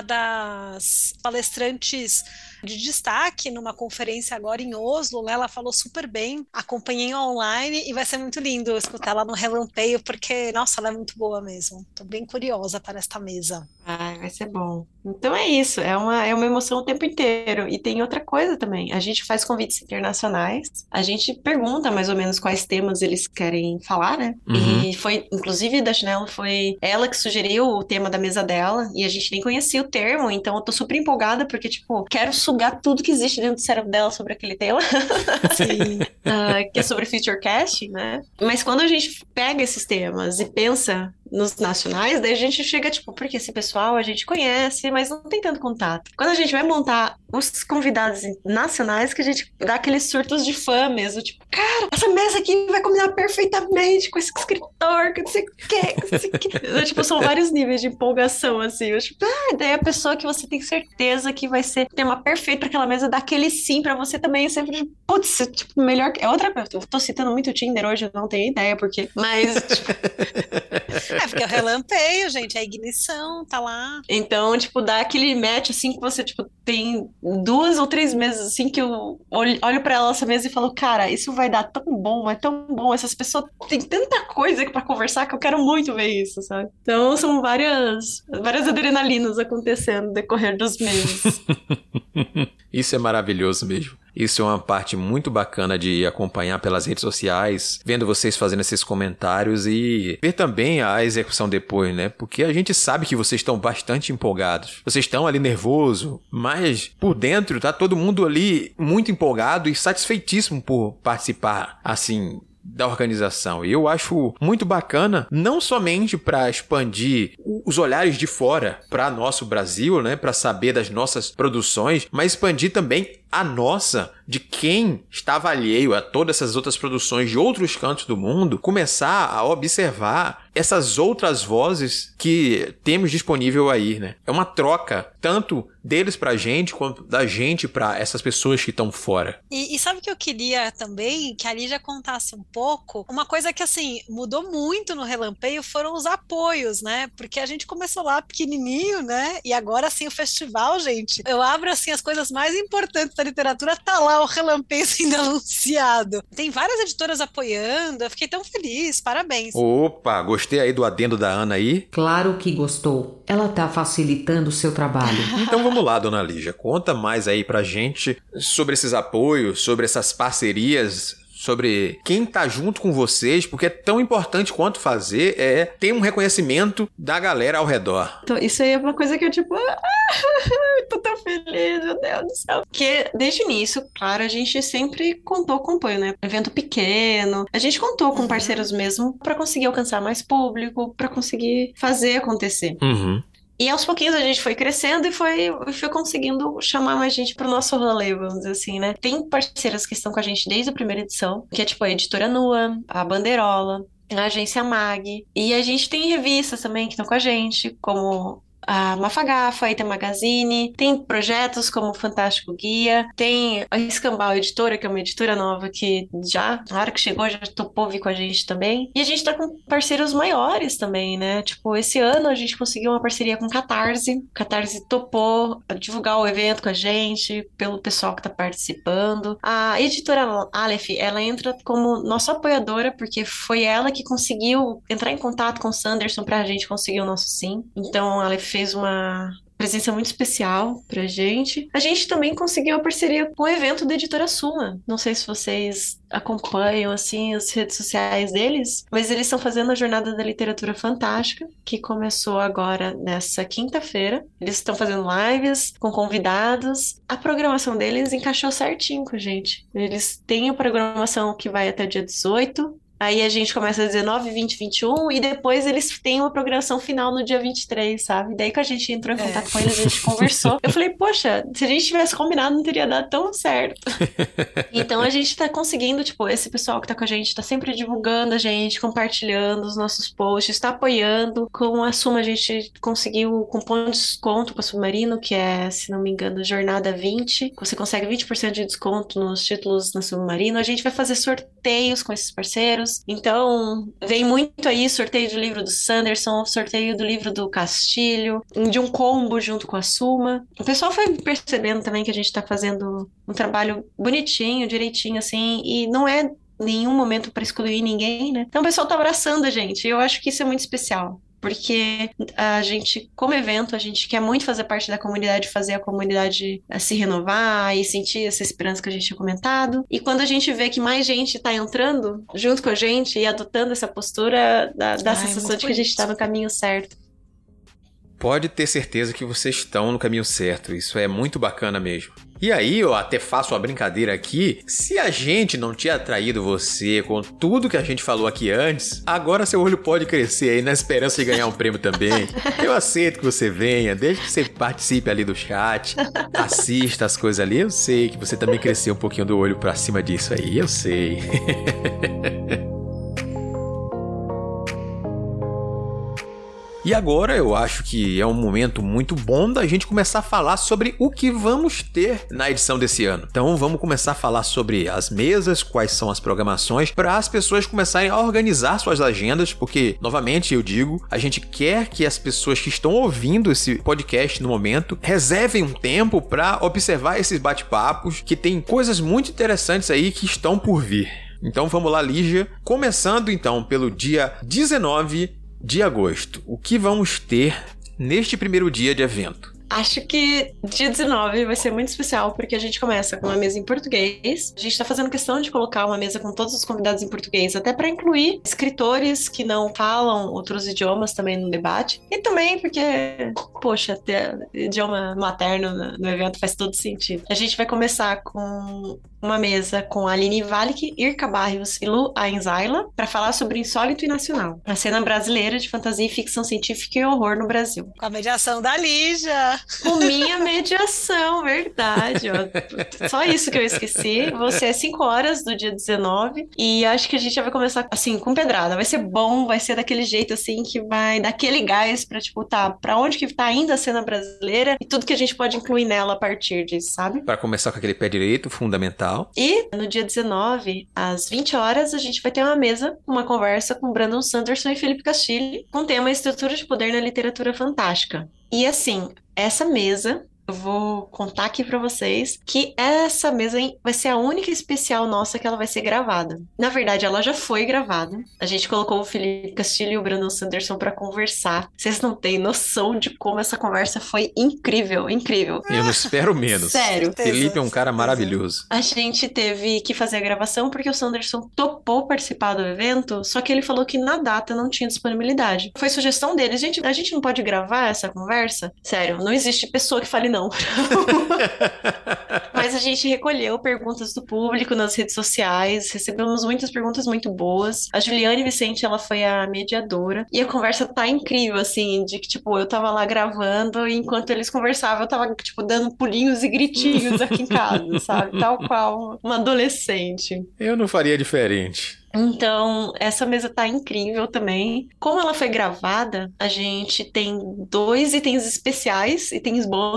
das palestrantes de destaque numa conferência agora em Oslo, né? Ela falou super bem, acompanhei online e vai ser muito lindo escutar ela no relampeio, porque, nossa, ela é muito boa mesmo. Tô bem curiosa para esta mesa. Ai, vai ser bom. Então é isso, é uma, é uma emoção o tempo inteiro. E tem outra coisa também, a gente faz convites internacionais, a gente pergunta mais ou menos quais temas eles querem falar, né? Uhum. E foi, inclusive, da Chinelo, foi ela que sugeriu o tema da mesa dela, e a gente nem conhecia o termo, então eu tô super empolgada, porque, tipo, quero sugar tudo que existe dentro do cérebro dela sobre aquele tema. Sim. Uh, que é sobre Futurecast, né? Mas quando a gente pega esses temas e pensa nos nacionais, daí a gente chega, tipo, porque esse pessoal a gente conhece, mas não tem tanto contato. Quando a gente vai montar os convidados nacionais, que a gente dá aqueles surtos de fã mesmo, tipo, cara, essa mesa aqui vai combinar perfeitamente com esse escritor, que não sei o que, que não sei o que. Então, tipo, são vários níveis de empolgação, assim. Eu, tipo, ah, daí a pessoa que você tem certeza que vai ser o tema perfeito para aquela mesa, dá aquele sim pra você também, é sempre, putz, tipo, melhor que... É outra coisa, eu tô citando muito o Tinder hoje, eu não tenho ideia porque, mas, tipo... É, porque é o relampeio, gente, é a ignição, tá lá. Então, tipo, dá aquele match, assim, que você, tipo, tem duas ou três meses, assim, que eu olho, olho pra ela essa mesa e falo, cara, isso vai dar tão bom, é tão bom, essas pessoas têm tanta coisa pra conversar que eu quero muito ver isso, sabe? Então, são várias, várias adrenalinas acontecendo no decorrer dos meses. Isso é maravilhoso mesmo. Isso é uma parte muito bacana de acompanhar pelas redes sociais, vendo vocês fazendo esses comentários e ver também a execução depois, né? Porque a gente sabe que vocês estão bastante empolgados. Vocês estão ali nervoso, mas por dentro tá todo mundo ali muito empolgado e satisfeitíssimo por participar, assim, da organização. E eu acho muito bacana, não somente para expandir os olhares de fora para nosso Brasil, né, para saber das nossas produções, mas expandir também a nossa, de quem estava alheio a todas essas outras produções de outros cantos do mundo, começar a observar essas outras vozes que temos disponível aí, né? É uma troca, tanto deles pra gente, quanto da gente pra essas pessoas que estão fora. E, e sabe o que eu queria também? Que a Lígia contasse um pouco. Uma coisa que, assim, mudou muito no Relampeio foram os apoios, né? Porque a gente começou lá pequenininho, né? E agora, assim, o festival, gente, eu abro, assim, as coisas mais importantes da literatura, tá lá o Relampeio sendo anunciado. Tem várias editoras apoiando, eu fiquei tão feliz, parabéns. Opa, gostei aí do adendo da Ana aí. Claro que gostou. Ela tá facilitando o seu trabalho. Então vamos lá, dona Lígia, conta mais aí pra gente sobre esses apoios, sobre essas parcerias, sobre quem tá junto com vocês, porque é tão importante quanto fazer é ter um reconhecimento da galera ao redor. Então, isso aí é uma coisa que eu, tipo, tô tão feliz, meu Deus do céu. Porque desde o início, claro, a gente sempre contou com apoio, né? Evento pequeno, a gente contou com parceiros mesmo pra conseguir alcançar mais público, pra conseguir fazer acontecer. Uhum. E aos pouquinhos a gente foi crescendo e foi, foi conseguindo chamar mais gente pro nosso rolê, vamos dizer assim, né? Tem parceiras que estão com a gente desde a primeira edição, que é tipo a Editora Nua, a Bandeirola, a Agência Mag. E a gente tem revistas também que estão com a gente, como a Mafagafa, a Ita Magazine, tem projetos como o Fantástico Guia, tem a Escambau Editora, que é uma editora nova que já, na hora que chegou, já topou vir com a gente também. E a gente tá com parceiros maiores também, né? Tipo, esse ano a gente conseguiu uma parceria com o Catarse. O Catarse topou divulgar o evento com a gente, pelo pessoal que tá participando. A editora Aleph, ela entra como nossa apoiadora, porque foi ela que conseguiu entrar em contato com o Sanderson pra gente conseguir o nosso sim. Então, a Aleph fez uma, presença muito especial pra gente. A gente também conseguiu a parceria com o evento da Editora Suma. Não sei se vocês acompanham, assim, as redes sociais deles, mas eles estão fazendo a Jornada da Literatura Fantástica, que começou agora nessa quinta-feira. Eles estão fazendo lives com convidados. A programação deles encaixou certinho com a gente. Eles têm a programação que vai até o dia dezoito. Aí a gente começa dezenove, vinte, vinte e um, e depois eles têm uma programação final no dia vinte e três, sabe? Daí que a gente entrou em contato é. com eles, a gente conversou. Eu falei, poxa, se a gente tivesse combinado, não teria dado tão certo. Então a gente tá conseguindo, tipo, esse pessoal que tá com a gente tá sempre divulgando a gente, compartilhando os nossos posts, tá apoiando. Com a Suma a gente conseguiu cupom de desconto com a Submarino, que é, se não me engano, Jornada vinte. Você consegue vinte por cento de desconto nos títulos na Submarino. A gente vai fazer sorteios com esses parceiros. Então, vem muito aí sorteio do livro do Sanderson, sorteio do livro do Castilho, de um combo junto com a Suma. O pessoal foi percebendo também que a gente tá fazendo um trabalho bonitinho, direitinho, assim, e não é nenhum momento para excluir ninguém, né? Então o pessoal tá abraçando a gente, e eu acho que isso é muito especial. Porque a gente, como evento, a gente quer muito fazer parte da comunidade, fazer a comunidade se renovar e sentir essa esperança que a gente tinha comentado. E quando a gente vê que mais gente está entrando junto com a gente e adotando essa postura, dá, dá a sensação de que a gente está no caminho certo. Pode ter certeza que vocês estão no caminho certo. Isso é muito bacana mesmo. E aí, eu até faço uma brincadeira aqui. Se a gente não tinha atraído você com tudo que a gente falou aqui antes, agora seu olho pode crescer aí na esperança de ganhar um prêmio também. Eu aceito que você venha, desde que você participe ali do chat, assista as coisas ali. Eu sei que você também cresceu um pouquinho do olho pra cima disso aí, eu sei. E agora eu acho que é um momento muito bom da gente começar a falar sobre o que vamos ter na edição desse ano. Então vamos começar a falar sobre as mesas, quais são as programações, para as pessoas começarem a organizar suas agendas, porque, novamente eu digo, a gente quer que as pessoas que estão ouvindo esse podcast no momento reservem um tempo para observar esses bate-papos, que tem coisas muito interessantes aí que estão por vir. Então vamos lá, Lígia, começando então pelo dia dezenove de agosto. O que vamos ter neste primeiro dia de evento? Acho que dia dezenove vai ser muito especial, porque a gente começa com uma mesa em português. A gente tá fazendo questão de colocar uma mesa com todos os convidados em português, até para incluir escritores que não falam outros idiomas também no debate. E também porque, poxa, ter idioma materno no evento faz todo sentido. A gente vai começar com uma mesa com a Aline Valick, Irka Barrios e Lu Ainzaila para falar sobre Insólito e Nacional, a cena brasileira de fantasia e ficção científica e horror no Brasil. Com a mediação da Lígia. Com minha mediação, verdade. Ó. Só isso que eu esqueci. Você é cinco horas do dia dezenove e acho que a gente já vai começar assim, com pedrada. Vai ser bom, vai ser daquele jeito assim que vai dar aquele gás pra, tipo, tá, pra onde que tá indo a cena brasileira e tudo que a gente pode incluir nela a partir disso, sabe? Para começar com aquele pé direito, fundamental. E no dia dezenove, às vinte horas, a gente vai ter uma mesa, uma conversa com Brandon Sanderson e Felipe Castilho, com o tema Estrutura de Poder na Literatura Fantástica. E assim, essa mesa, eu vou contar aqui pra vocês que essa mesa vai ser a única especial nossa que ela vai ser gravada. Na verdade, ela já foi gravada. A gente colocou o Felipe Castilho e o Brandon Sanderson pra conversar. Vocês não têm noção de como essa conversa foi incrível, incrível. Eu não espero menos. Sério. Felipe é um cara maravilhoso. A gente teve que fazer a gravação porque o Sanderson topou participar do evento, só que ele falou que na data não tinha disponibilidade. Foi sugestão dele. Gente, a gente não pode gravar essa conversa? Sério, não existe pessoa que fale não. Não. Mas a gente recolheu perguntas do público nas redes sociais, recebemos muitas perguntas muito boas. A Juliane Vicente, ela foi a mediadora e a conversa tá incrível, assim, de que, tipo, eu tava lá gravando e enquanto eles conversavam, eu tava, tipo, dando pulinhos e gritinhos aqui em casa, sabe? Tal qual uma adolescente. Eu não faria diferente. Então, essa mesa tá incrível também. Como ela foi gravada, a gente tem dois itens especiais, itens bônus,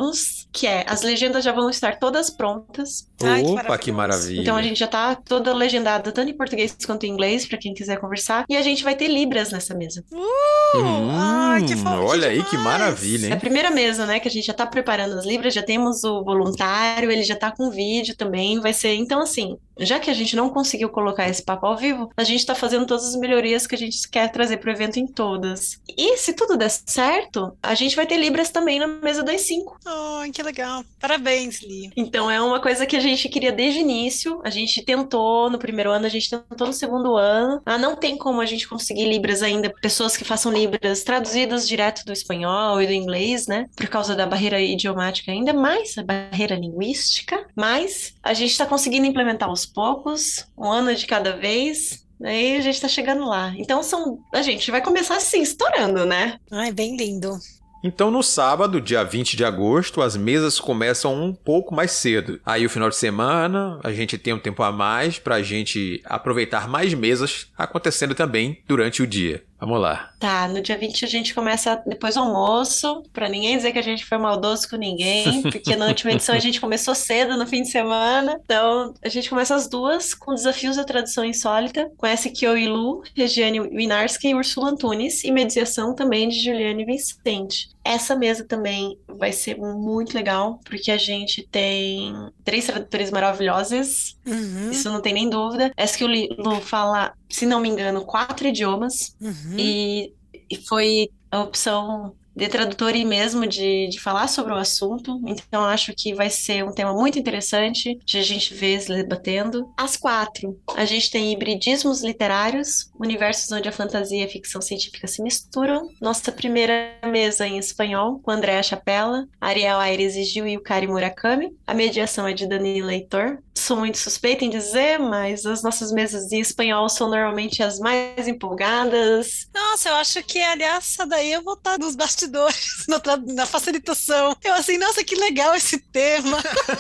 que é, as legendas já vão estar todas prontas. Ai, que Opa, que maravilhoso. maravilha. Então a gente já tá toda legendada, tanto em português quanto em inglês, pra quem quiser conversar. E a gente vai ter Libras nessa mesa. Uh, Hum, ai, que fo- olha que aí que demais. maravilha, É a hein? primeira mesa, né, que a gente já tá preparando as Libras, já temos o voluntário, ele já tá com vídeo também, vai ser... Então, assim, já que a gente não conseguiu colocar esse papo ao vivo, a gente tá fazendo todas as melhorias que a gente quer trazer pro evento em todas. E se tudo der certo, a gente vai ter Libras também na mesa das cinco. Ai, que legal. Parabéns, Li. Então é uma coisa que a gente queria desde o início. A gente tentou no primeiro ano, a gente tentou no segundo ano. Ah, não tem como a gente conseguir Libras ainda, pessoas que façam Libras traduzidas direto do espanhol e do inglês, né? Por causa da barreira idiomática, ainda mais a barreira linguística. Mas a gente está conseguindo implementar aos poucos, um ano de cada vez. Aí a gente tá chegando lá. Então são. A gente vai começar assim, estourando, né? Ai, bem lindo. Então, no sábado, dia vinte de agosto, as mesas começam um pouco mais cedo. Aí, o final de semana, a gente tem um tempo a mais pra gente aproveitar mais mesas acontecendo também durante o dia. Vamos lá. Tá, no dia vinte a gente começa depois do almoço, pra ninguém dizer que a gente foi maldoso com ninguém, porque na última edição a gente começou cedo no fim de semana. Então, a gente começa às duas com desafios da tradução insólita. Conhece Kyo e Lu, Regiane Winarski e Ursula Antunes, e mediação também de Juliane Vicente. Essa mesa também vai ser muito legal, porque a gente tem três tradutores maravilhosos, Uhum, isso não tem nem dúvida. Essa que o Lu fala, se não me engano, quatro idiomas. uhum. E, e foi a opção de tradutor e mesmo de, de falar sobre o assunto. Então, acho que vai ser um tema muito interessante de a gente ver se debatendo. Às quatro, a gente tem hibridismos literários, universos onde a fantasia e a ficção científica se misturam. Nossa primeira mesa em espanhol, com Andréa Chapela, Ariel Aires e Gil Yukari Murakami. A mediação é de Danilo Heitor. Sou muito suspeita em dizer, mas as nossas mesas em espanhol são normalmente as mais empolgadas. Nossa, eu acho que, aliás, essa daí eu vou estar nos bastidores, na, tra- na facilitação. Eu assim, nossa, que legal esse tema.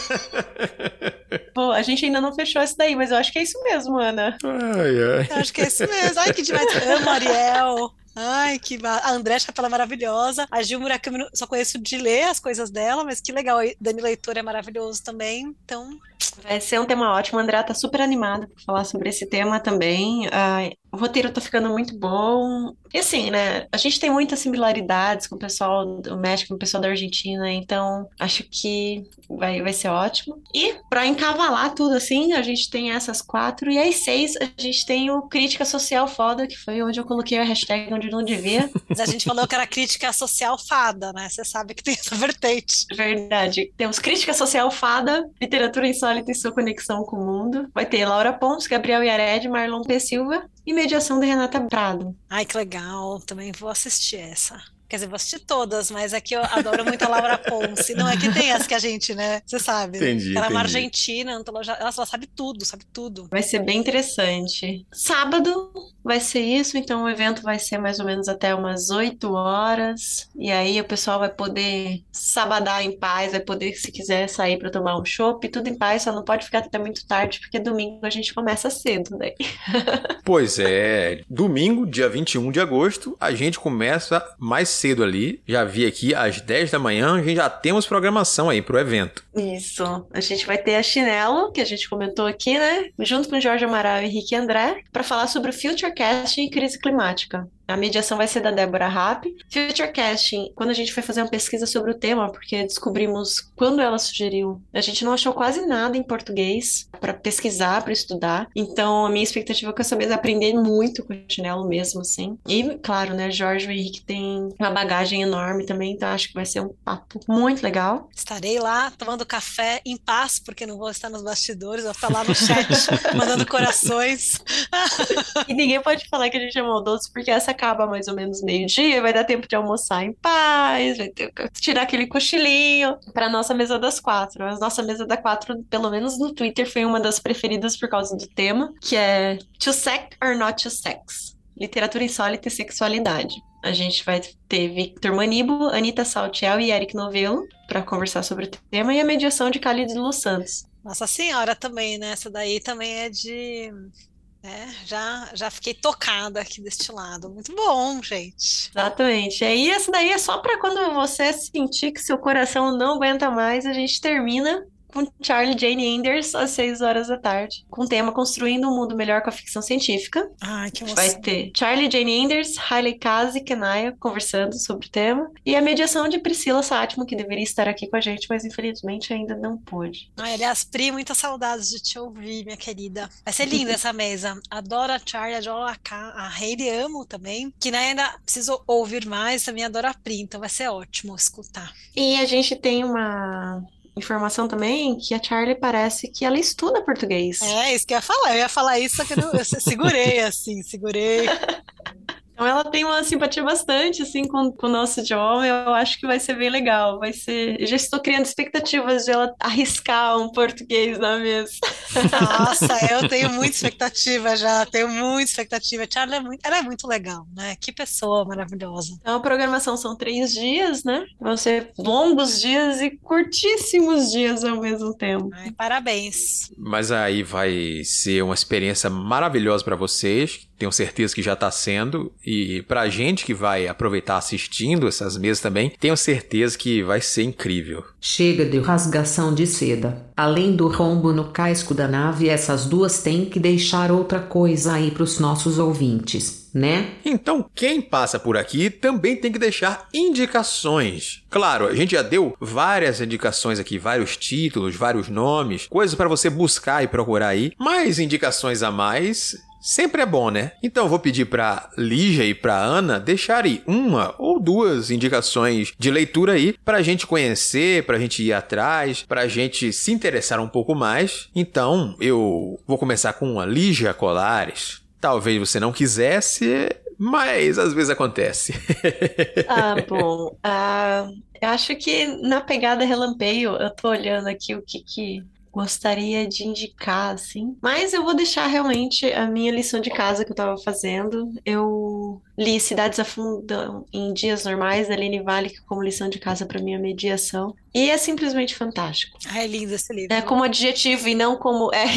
Pô, a gente ainda não fechou isso daí, mas eu acho que é isso mesmo, Ana. Ai, Eu ai. acho que é isso mesmo. Ai, que demais. Amo a Ariel. Ai, que ma... A André Chapela é maravilhosa. A Gil Murakami, eu só conheço de ler as coisas dela, mas que legal. Danilo Heitor é maravilhoso também. Então, Vai ser um tema ótimo. A Andrea tá super animada para falar sobre esse tema também. Ah, o roteiro tá ficando muito bom. E assim, né? A gente tem muitas similaridades com o pessoal do México, com o pessoal da Argentina, então acho que vai, vai ser ótimo. E para encavalar tudo assim, a gente tem essas quatro. E às seis, a gente tem o Crítica Social Foda, que foi onde eu coloquei a hashtag onde não devia. mas a gente falou que era crítica social fada, né? Você sabe que tem essa vertente. Verdade. Temos Crítica Social Fada, Literatura Insólita e sua conexão com o mundo. Vai ter Laura Pons, Gabriel Yared, Marlon P. Silva e mediação de Renata Prado. Ai, que legal. Também vou assistir essa. Quer dizer, vou assistir todas, mas aqui eu adoro muito a Laura Ponce. Não é que tem as que a gente, né? Você sabe. Entendi, Ela é uma entendi. argentina, antologia- ela, ela sabe tudo, sabe tudo. Vai ser bem interessante. Sábado vai ser isso, então o evento vai ser mais ou menos até umas oito horas. E aí o pessoal vai poder sabadar em paz, vai poder, se quiser, sair para tomar um chopp, tudo em paz, só não pode ficar até muito tarde, porque domingo a gente começa cedo, né? Pois é, domingo, dia vinte e um de agosto, a gente começa mais cedo ali. Já vi aqui às dez da manhã, a gente já temos programação aí pro evento. Isso. A gente vai ter a Chinelo, que a gente comentou aqui, né? Junto com Jorge Amaral e Henrique André, para falar sobre o Futurecasting e crise climática. A mediação vai ser da Débora Rapp. Futurecasting, quando a gente foi fazer uma pesquisa sobre o tema, porque descobrimos quando ela sugeriu, a gente não achou quase nada em português para pesquisar, para estudar. Então, a minha expectativa com essa mesa é aprender muito com o Chinelo mesmo, assim. E, claro, né, Jorge e Henrique têm uma bagagem enorme também, então acho que vai ser um papo muito legal. Estarei lá tomando café em paz, porque não vou estar nos bastidores, vou estar lá no chat, mandando corações. E ninguém pode falar que a gente é maldoso, porque essa acaba mais ou menos meio-dia e vai dar tempo de almoçar em paz, vai ter que tirar aquele cochilinho para nossa mesa das quatro. A nossa mesa das quatro, pelo menos no Twitter, foi uma das preferidas por causa do tema, que é To Sec or Not to Sex? Literatura insólita e sexualidade. A gente vai ter Victor Manibo, Anitta Saltiel e Eric Novello para conversar sobre o tema e a mediação de Khalid Los Santos. Nossa Senhora também, né? Essa daí também é de É, já, já fiquei tocada aqui deste lado. Muito bom, gente. Exatamente. E aí, essa daí é só para quando você sentir que seu coração não aguenta mais, a gente termina com Charlie Jane Anders às seis horas da tarde, com o tema Construindo um Mundo Melhor com a Ficção Científica. Ai, que A gente vai emoção. ter Charlie Jane Anders, Hailey Kazi e Kenaya conversando sobre o tema, e a mediação de Priscila Sátima, que deveria estar aqui com a gente, mas infelizmente ainda não pôde. Ai, aliás, Pri, muitas saudades de te ouvir, minha querida. Vai ser linda essa mesa. Adoro a Charlie, adoro a, Ka- a Hailey, amo também. Que né, ainda preciso ouvir mais, também adoro a Pri, então vai ser ótimo escutar. E a gente tem uma informação também que a Charlie parece que ela estuda português. É, isso que eu ia falar. Eu ia falar isso, só que eu, não- eu segurei, assim, segurei. Então ela tem uma simpatia bastante assim com, com o nosso idioma, eu acho que vai ser bem legal, vai ser... Eu já estou criando expectativas de ela arriscar um português na mesa. Nossa, eu tenho muita expectativa já, tenho muita expectativa. A Charlie é muito, ela é muito legal, né? Que pessoa maravilhosa. Então a programação são três dias, né? Vão ser longos dias e curtíssimos dias ao mesmo tempo. Ai, parabéns. Mas aí vai ser uma experiência maravilhosa para vocês. Tenho certeza que já está sendo. E pra gente que vai aproveitar assistindo essas mesas também, tenho certeza que vai ser incrível. Chega de rasgação de seda. Além do rombo no casco da nave, essas duas têm que deixar outra coisa aí pros nossos ouvintes, né? Então, quem passa por aqui também tem que deixar indicações. Claro, a gente já deu várias indicações aqui, vários títulos, vários nomes, coisas para você buscar e procurar aí, mas indicações a mais sempre é bom, né? Então, eu vou pedir para Lígia e para Ana deixarem uma ou duas indicações de leitura aí pra gente conhecer, pra gente ir atrás, pra gente se interessar um pouco mais. Então, eu vou começar com a Lígia Colares. Talvez você não quisesse, mas às vezes acontece. Ah, bom. Ah, eu acho que na pegada relampeio, eu tô olhando aqui o que que gostaria de indicar, assim. Mas eu vou deixar realmente a minha lição de casa que eu tava fazendo. Eu li Cidades Afundam em Dias Normais, da Aline Vale, como lição de casa para minha mediação. E é simplesmente fantástico. Ai, é lindo esse livro. É como adjetivo e não como... É,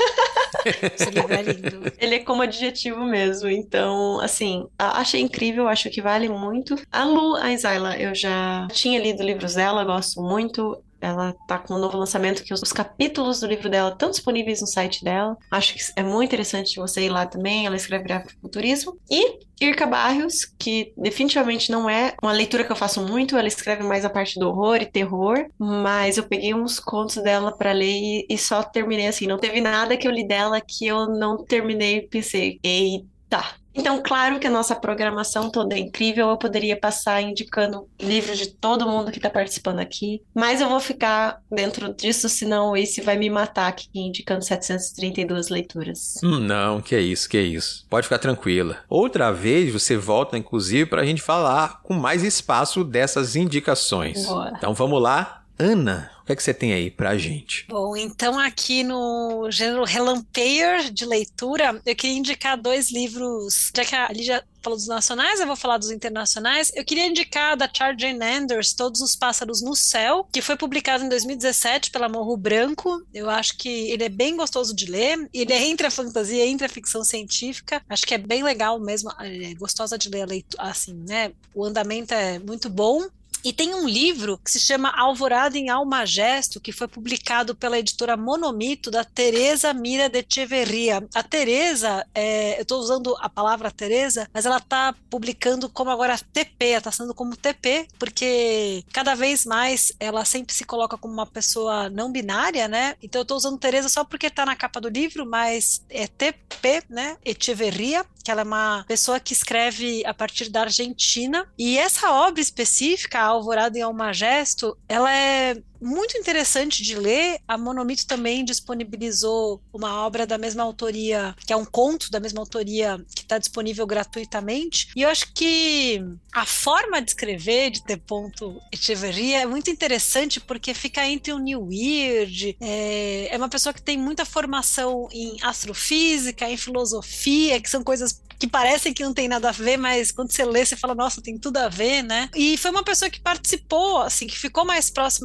Esse livro é lindo. ele é como adjetivo mesmo. Então, assim, a- achei incrível, acho que vale muito. A Lu Aizayla, eu já tinha lido livros dela, gosto muito. Ela tá com um novo lançamento que os, os capítulos do livro dela estão disponíveis no site dela. Acho que é muito interessante você ir lá também. Ela escreve para futurismo. E Irka Barrios, que definitivamente não é uma leitura que eu faço muito. Ela escreve mais a parte do horror e terror. Mas eu peguei uns contos dela para ler e, e só terminei assim. Não teve nada que eu li dela que eu não terminei e pensei, eita. Então, claro que a nossa programação toda é incrível, eu poderia passar indicando livros de todo mundo que está participando aqui, mas eu vou ficar dentro disso, senão o Ace vai me matar aqui indicando setecentas e trinta e duas leituras. Hum, não, que isso, que isso. Pode ficar tranquila. Outra vez você volta, inclusive, pra gente falar com mais espaço dessas indicações. Boa. Então vamos lá. Ana, o que é que você tem aí pra gente? Bom, então aqui no gênero relampeio de leitura, eu queria indicar dois livros, já que a Lígia falou dos nacionais, eu vou falar dos internacionais. Eu queria indicar da Charlie Jane Anders, Todos os Pássaros no Céu, que foi publicado em dois mil e dezessete pela Morro Branco. Eu acho que ele é bem gostoso de ler, ele é entre a fantasia e entre a ficção científica. Acho que é bem legal mesmo, é gostosa de ler a leitura, assim, né? O andamento é muito bom. E tem um livro que se chama Alvorada em Almagesto, que foi publicado pela editora Monomito, da Teresa Mira de Echeverria. A Teresa, é, eu estou usando a palavra Teresa, mas ela está publicando como agora T P, ela está sendo como T P, porque cada vez mais ela sempre se coloca como uma pessoa não binária, né? Então eu estou usando Teresa só porque está na capa do livro, mas é T P, né? Echeverria, que ela é uma pessoa que escreve a partir da Argentina. E essa obra específica, Alvorada em Almagesto, ela é muito interessante de ler. A Monomito também disponibilizou uma obra da mesma autoria, que é um conto da mesma autoria, que está disponível gratuitamente. E eu acho que a forma de escrever de T. Echeverria é muito interessante, porque fica entre o New Weird, é, é uma pessoa que tem muita formação em astrofísica, em filosofia, que são coisas que parecem que não tem nada a ver, mas quando você lê, você fala, nossa, tem tudo a ver, né? E foi uma pessoa que participou, assim, que ficou mais próxima de nós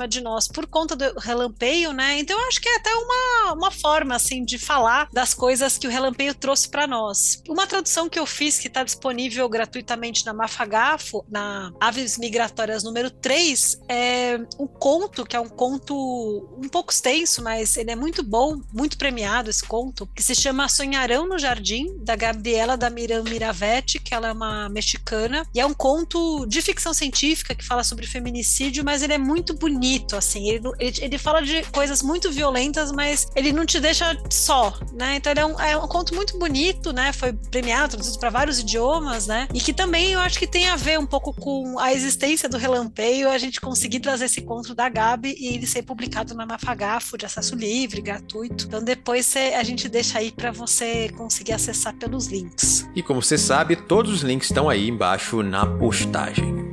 nós por conta do relampeio, né? Então eu acho que é até uma, uma forma, assim, de falar das coisas que o relampeio trouxe para nós. Uma tradução que eu fiz, que está disponível gratuitamente na Mafagafo, na Aves Migratórias número três, é um conto, que é um conto um pouco extenso, mas ele é muito bom, muito premiado esse conto, que se chama Sonharão no Jardim, da Gabriela Damiran Miravete, que ela é uma mexicana, e é um conto de ficção científica que fala sobre feminicídio, mas ele é muito bonito, assim, ele, ele, ele fala de coisas muito violentas, mas ele não te deixa só, né? Então ele é um, é um conto muito bonito, né? Foi premiado, traduzido para vários idiomas, né? E que também eu acho que tem a ver um pouco com a existência do relampeio, a gente conseguir trazer esse conto da Gabi e ele ser publicado na Mafagafo de acesso livre, gratuito. Então depois cê, a gente deixa aí para você conseguir acessar pelos links. E como você sabe, todos os links estão aí embaixo na postagem.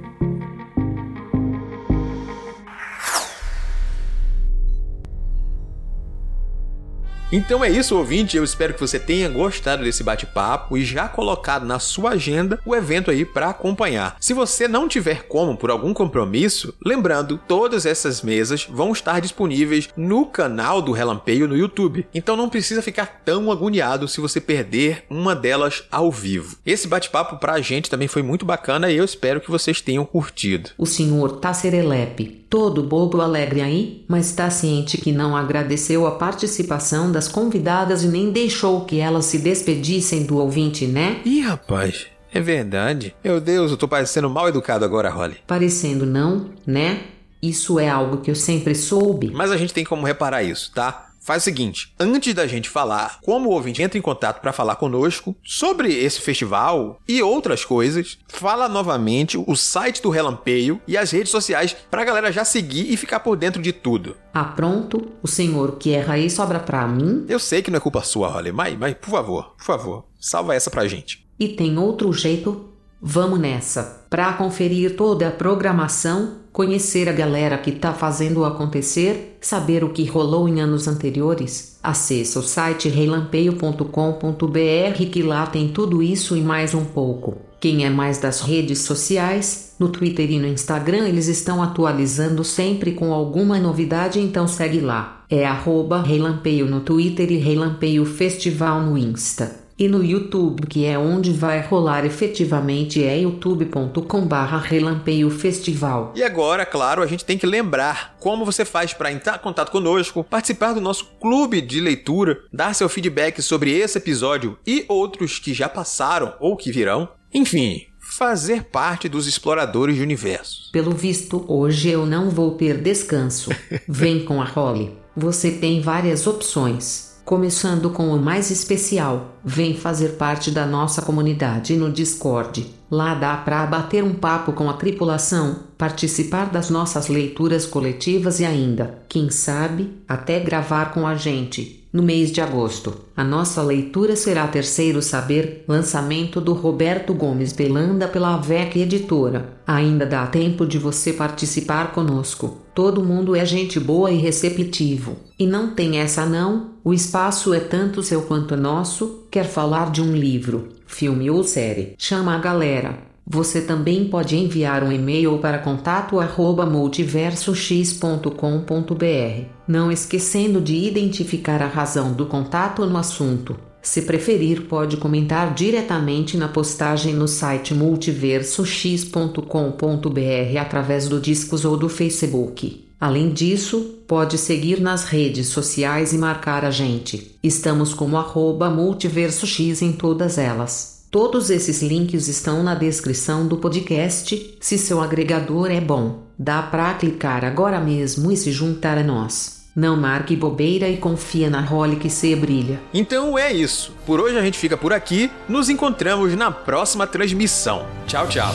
Então é isso, ouvinte, eu espero que você tenha gostado desse bate-papo e já colocado na sua agenda o evento aí para acompanhar. Se você não tiver como por algum compromisso, lembrando, todas essas mesas vão estar disponíveis no canal do Relampeio no YouTube, então não precisa ficar tão agoniado se você perder uma delas ao vivo. Esse bate-papo pra gente também foi muito bacana e eu espero que vocês tenham curtido. O senhor tá serelepe, todo bobo alegre aí, mas tá ciente que não agradeceu a participação das convidadas e nem deixou que elas se despedissem do ouvinte, né? Ih, rapaz, é verdade. Meu Deus, eu tô parecendo mal educado agora, Holly. Parecendo não, né? Isso é algo que eu sempre soube. Mas a gente tem como reparar isso, tá? Faz o seguinte, antes da gente falar como o ouvinte entra em contato para falar conosco sobre esse festival e outras coisas, fala novamente o site do Relampeio e as redes sociais para a galera já seguir e ficar por dentro de tudo. Ah, pronto? O senhor que erra aí sobra pra mim? Eu sei que não é culpa sua, Holly, mas, mas por favor, por favor, salva essa pra gente. E tem outro jeito? Vamos nessa. Para conferir toda a programação, conhecer a galera que tá fazendo acontecer, saber o que rolou em anos anteriores, acesse o site relampeio ponto com ponto br que lá tem tudo isso e mais um pouco. Quem é mais das redes sociais, no Twitter e no Instagram eles estão atualizando sempre com alguma novidade, então segue lá. É arroba relampeio no Twitter e relampeio festival no Insta. E no YouTube, que é onde vai rolar efetivamente, é youtube ponto com barra relampeio festival. E agora, claro, a gente tem que lembrar como você faz para entrar em contato conosco, participar do nosso clube de leitura, dar seu feedback sobre esse episódio e outros que já passaram ou que virão. Enfim, fazer parte dos exploradores de universos. Pelo visto, hoje eu não vou ter descanso. Vem com a Holly. Você tem várias opções. Começando com o mais especial, vem fazer parte da nossa comunidade no Discord. Lá dá para bater um papo com a tripulação, participar das nossas leituras coletivas e ainda, quem sabe, até gravar com a gente. No mês de agosto, a nossa leitura será Terceiro Saber, lançamento do Roberto Gomes Belanda pela Avec Editora. Ainda dá tempo de você participar conosco. Todo mundo é gente boa e receptivo. E não tem essa não, o espaço é tanto seu quanto nosso. Quer falar de um livro, filme ou série? Chama a galera. Você também pode enviar um e-mail para contato arroba multiversox ponto com ponto br, não esquecendo de identificar a razão do contato no assunto. Se preferir, pode comentar diretamente na postagem no site multiversox ponto com ponto br através do Discos ou do Facebook. Além disso, pode seguir nas redes sociais e marcar a gente. Estamos como arroba multiversox em todas elas. Todos esses links estão na descrição do podcast. Se seu agregador é bom, dá para clicar agora mesmo e se juntar a nós. Não marque bobeira e confia na Holly que cê brilha. Então é isso. Por hoje a gente fica por aqui. Nos encontramos na próxima transmissão. Tchau, tchau.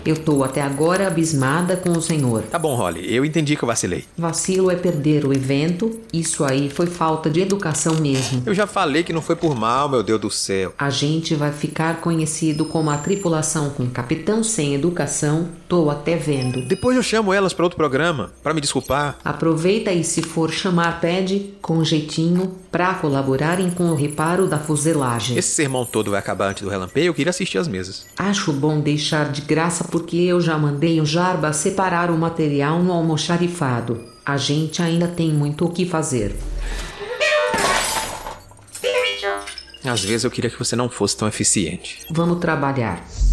Eu tô até agora abismada com o senhor. Tá bom, Holly, eu entendi que eu vacilei. Vacilo é perder o evento. Isso aí foi falta de educação mesmo. Eu já falei que não foi por mal, meu Deus do céu. A gente vai ficar conhecido como a tripulação com capitão sem educação. Tô até vendo. Depois eu chamo elas para outro programa, para me desculpar. Aproveita e se for chamar, pede com jeitinho pra colaborarem com o reparo da fuselagem. Esse sermão todo vai acabar antes do relampeio, eu queria assistir as mesas. Acho bom deixar de graça porque eu já mandei o Jarba separar o material no almoxarifado. A gente ainda tem muito o que fazer. Às vezes eu queria que você não fosse tão eficiente. Vamos trabalhar.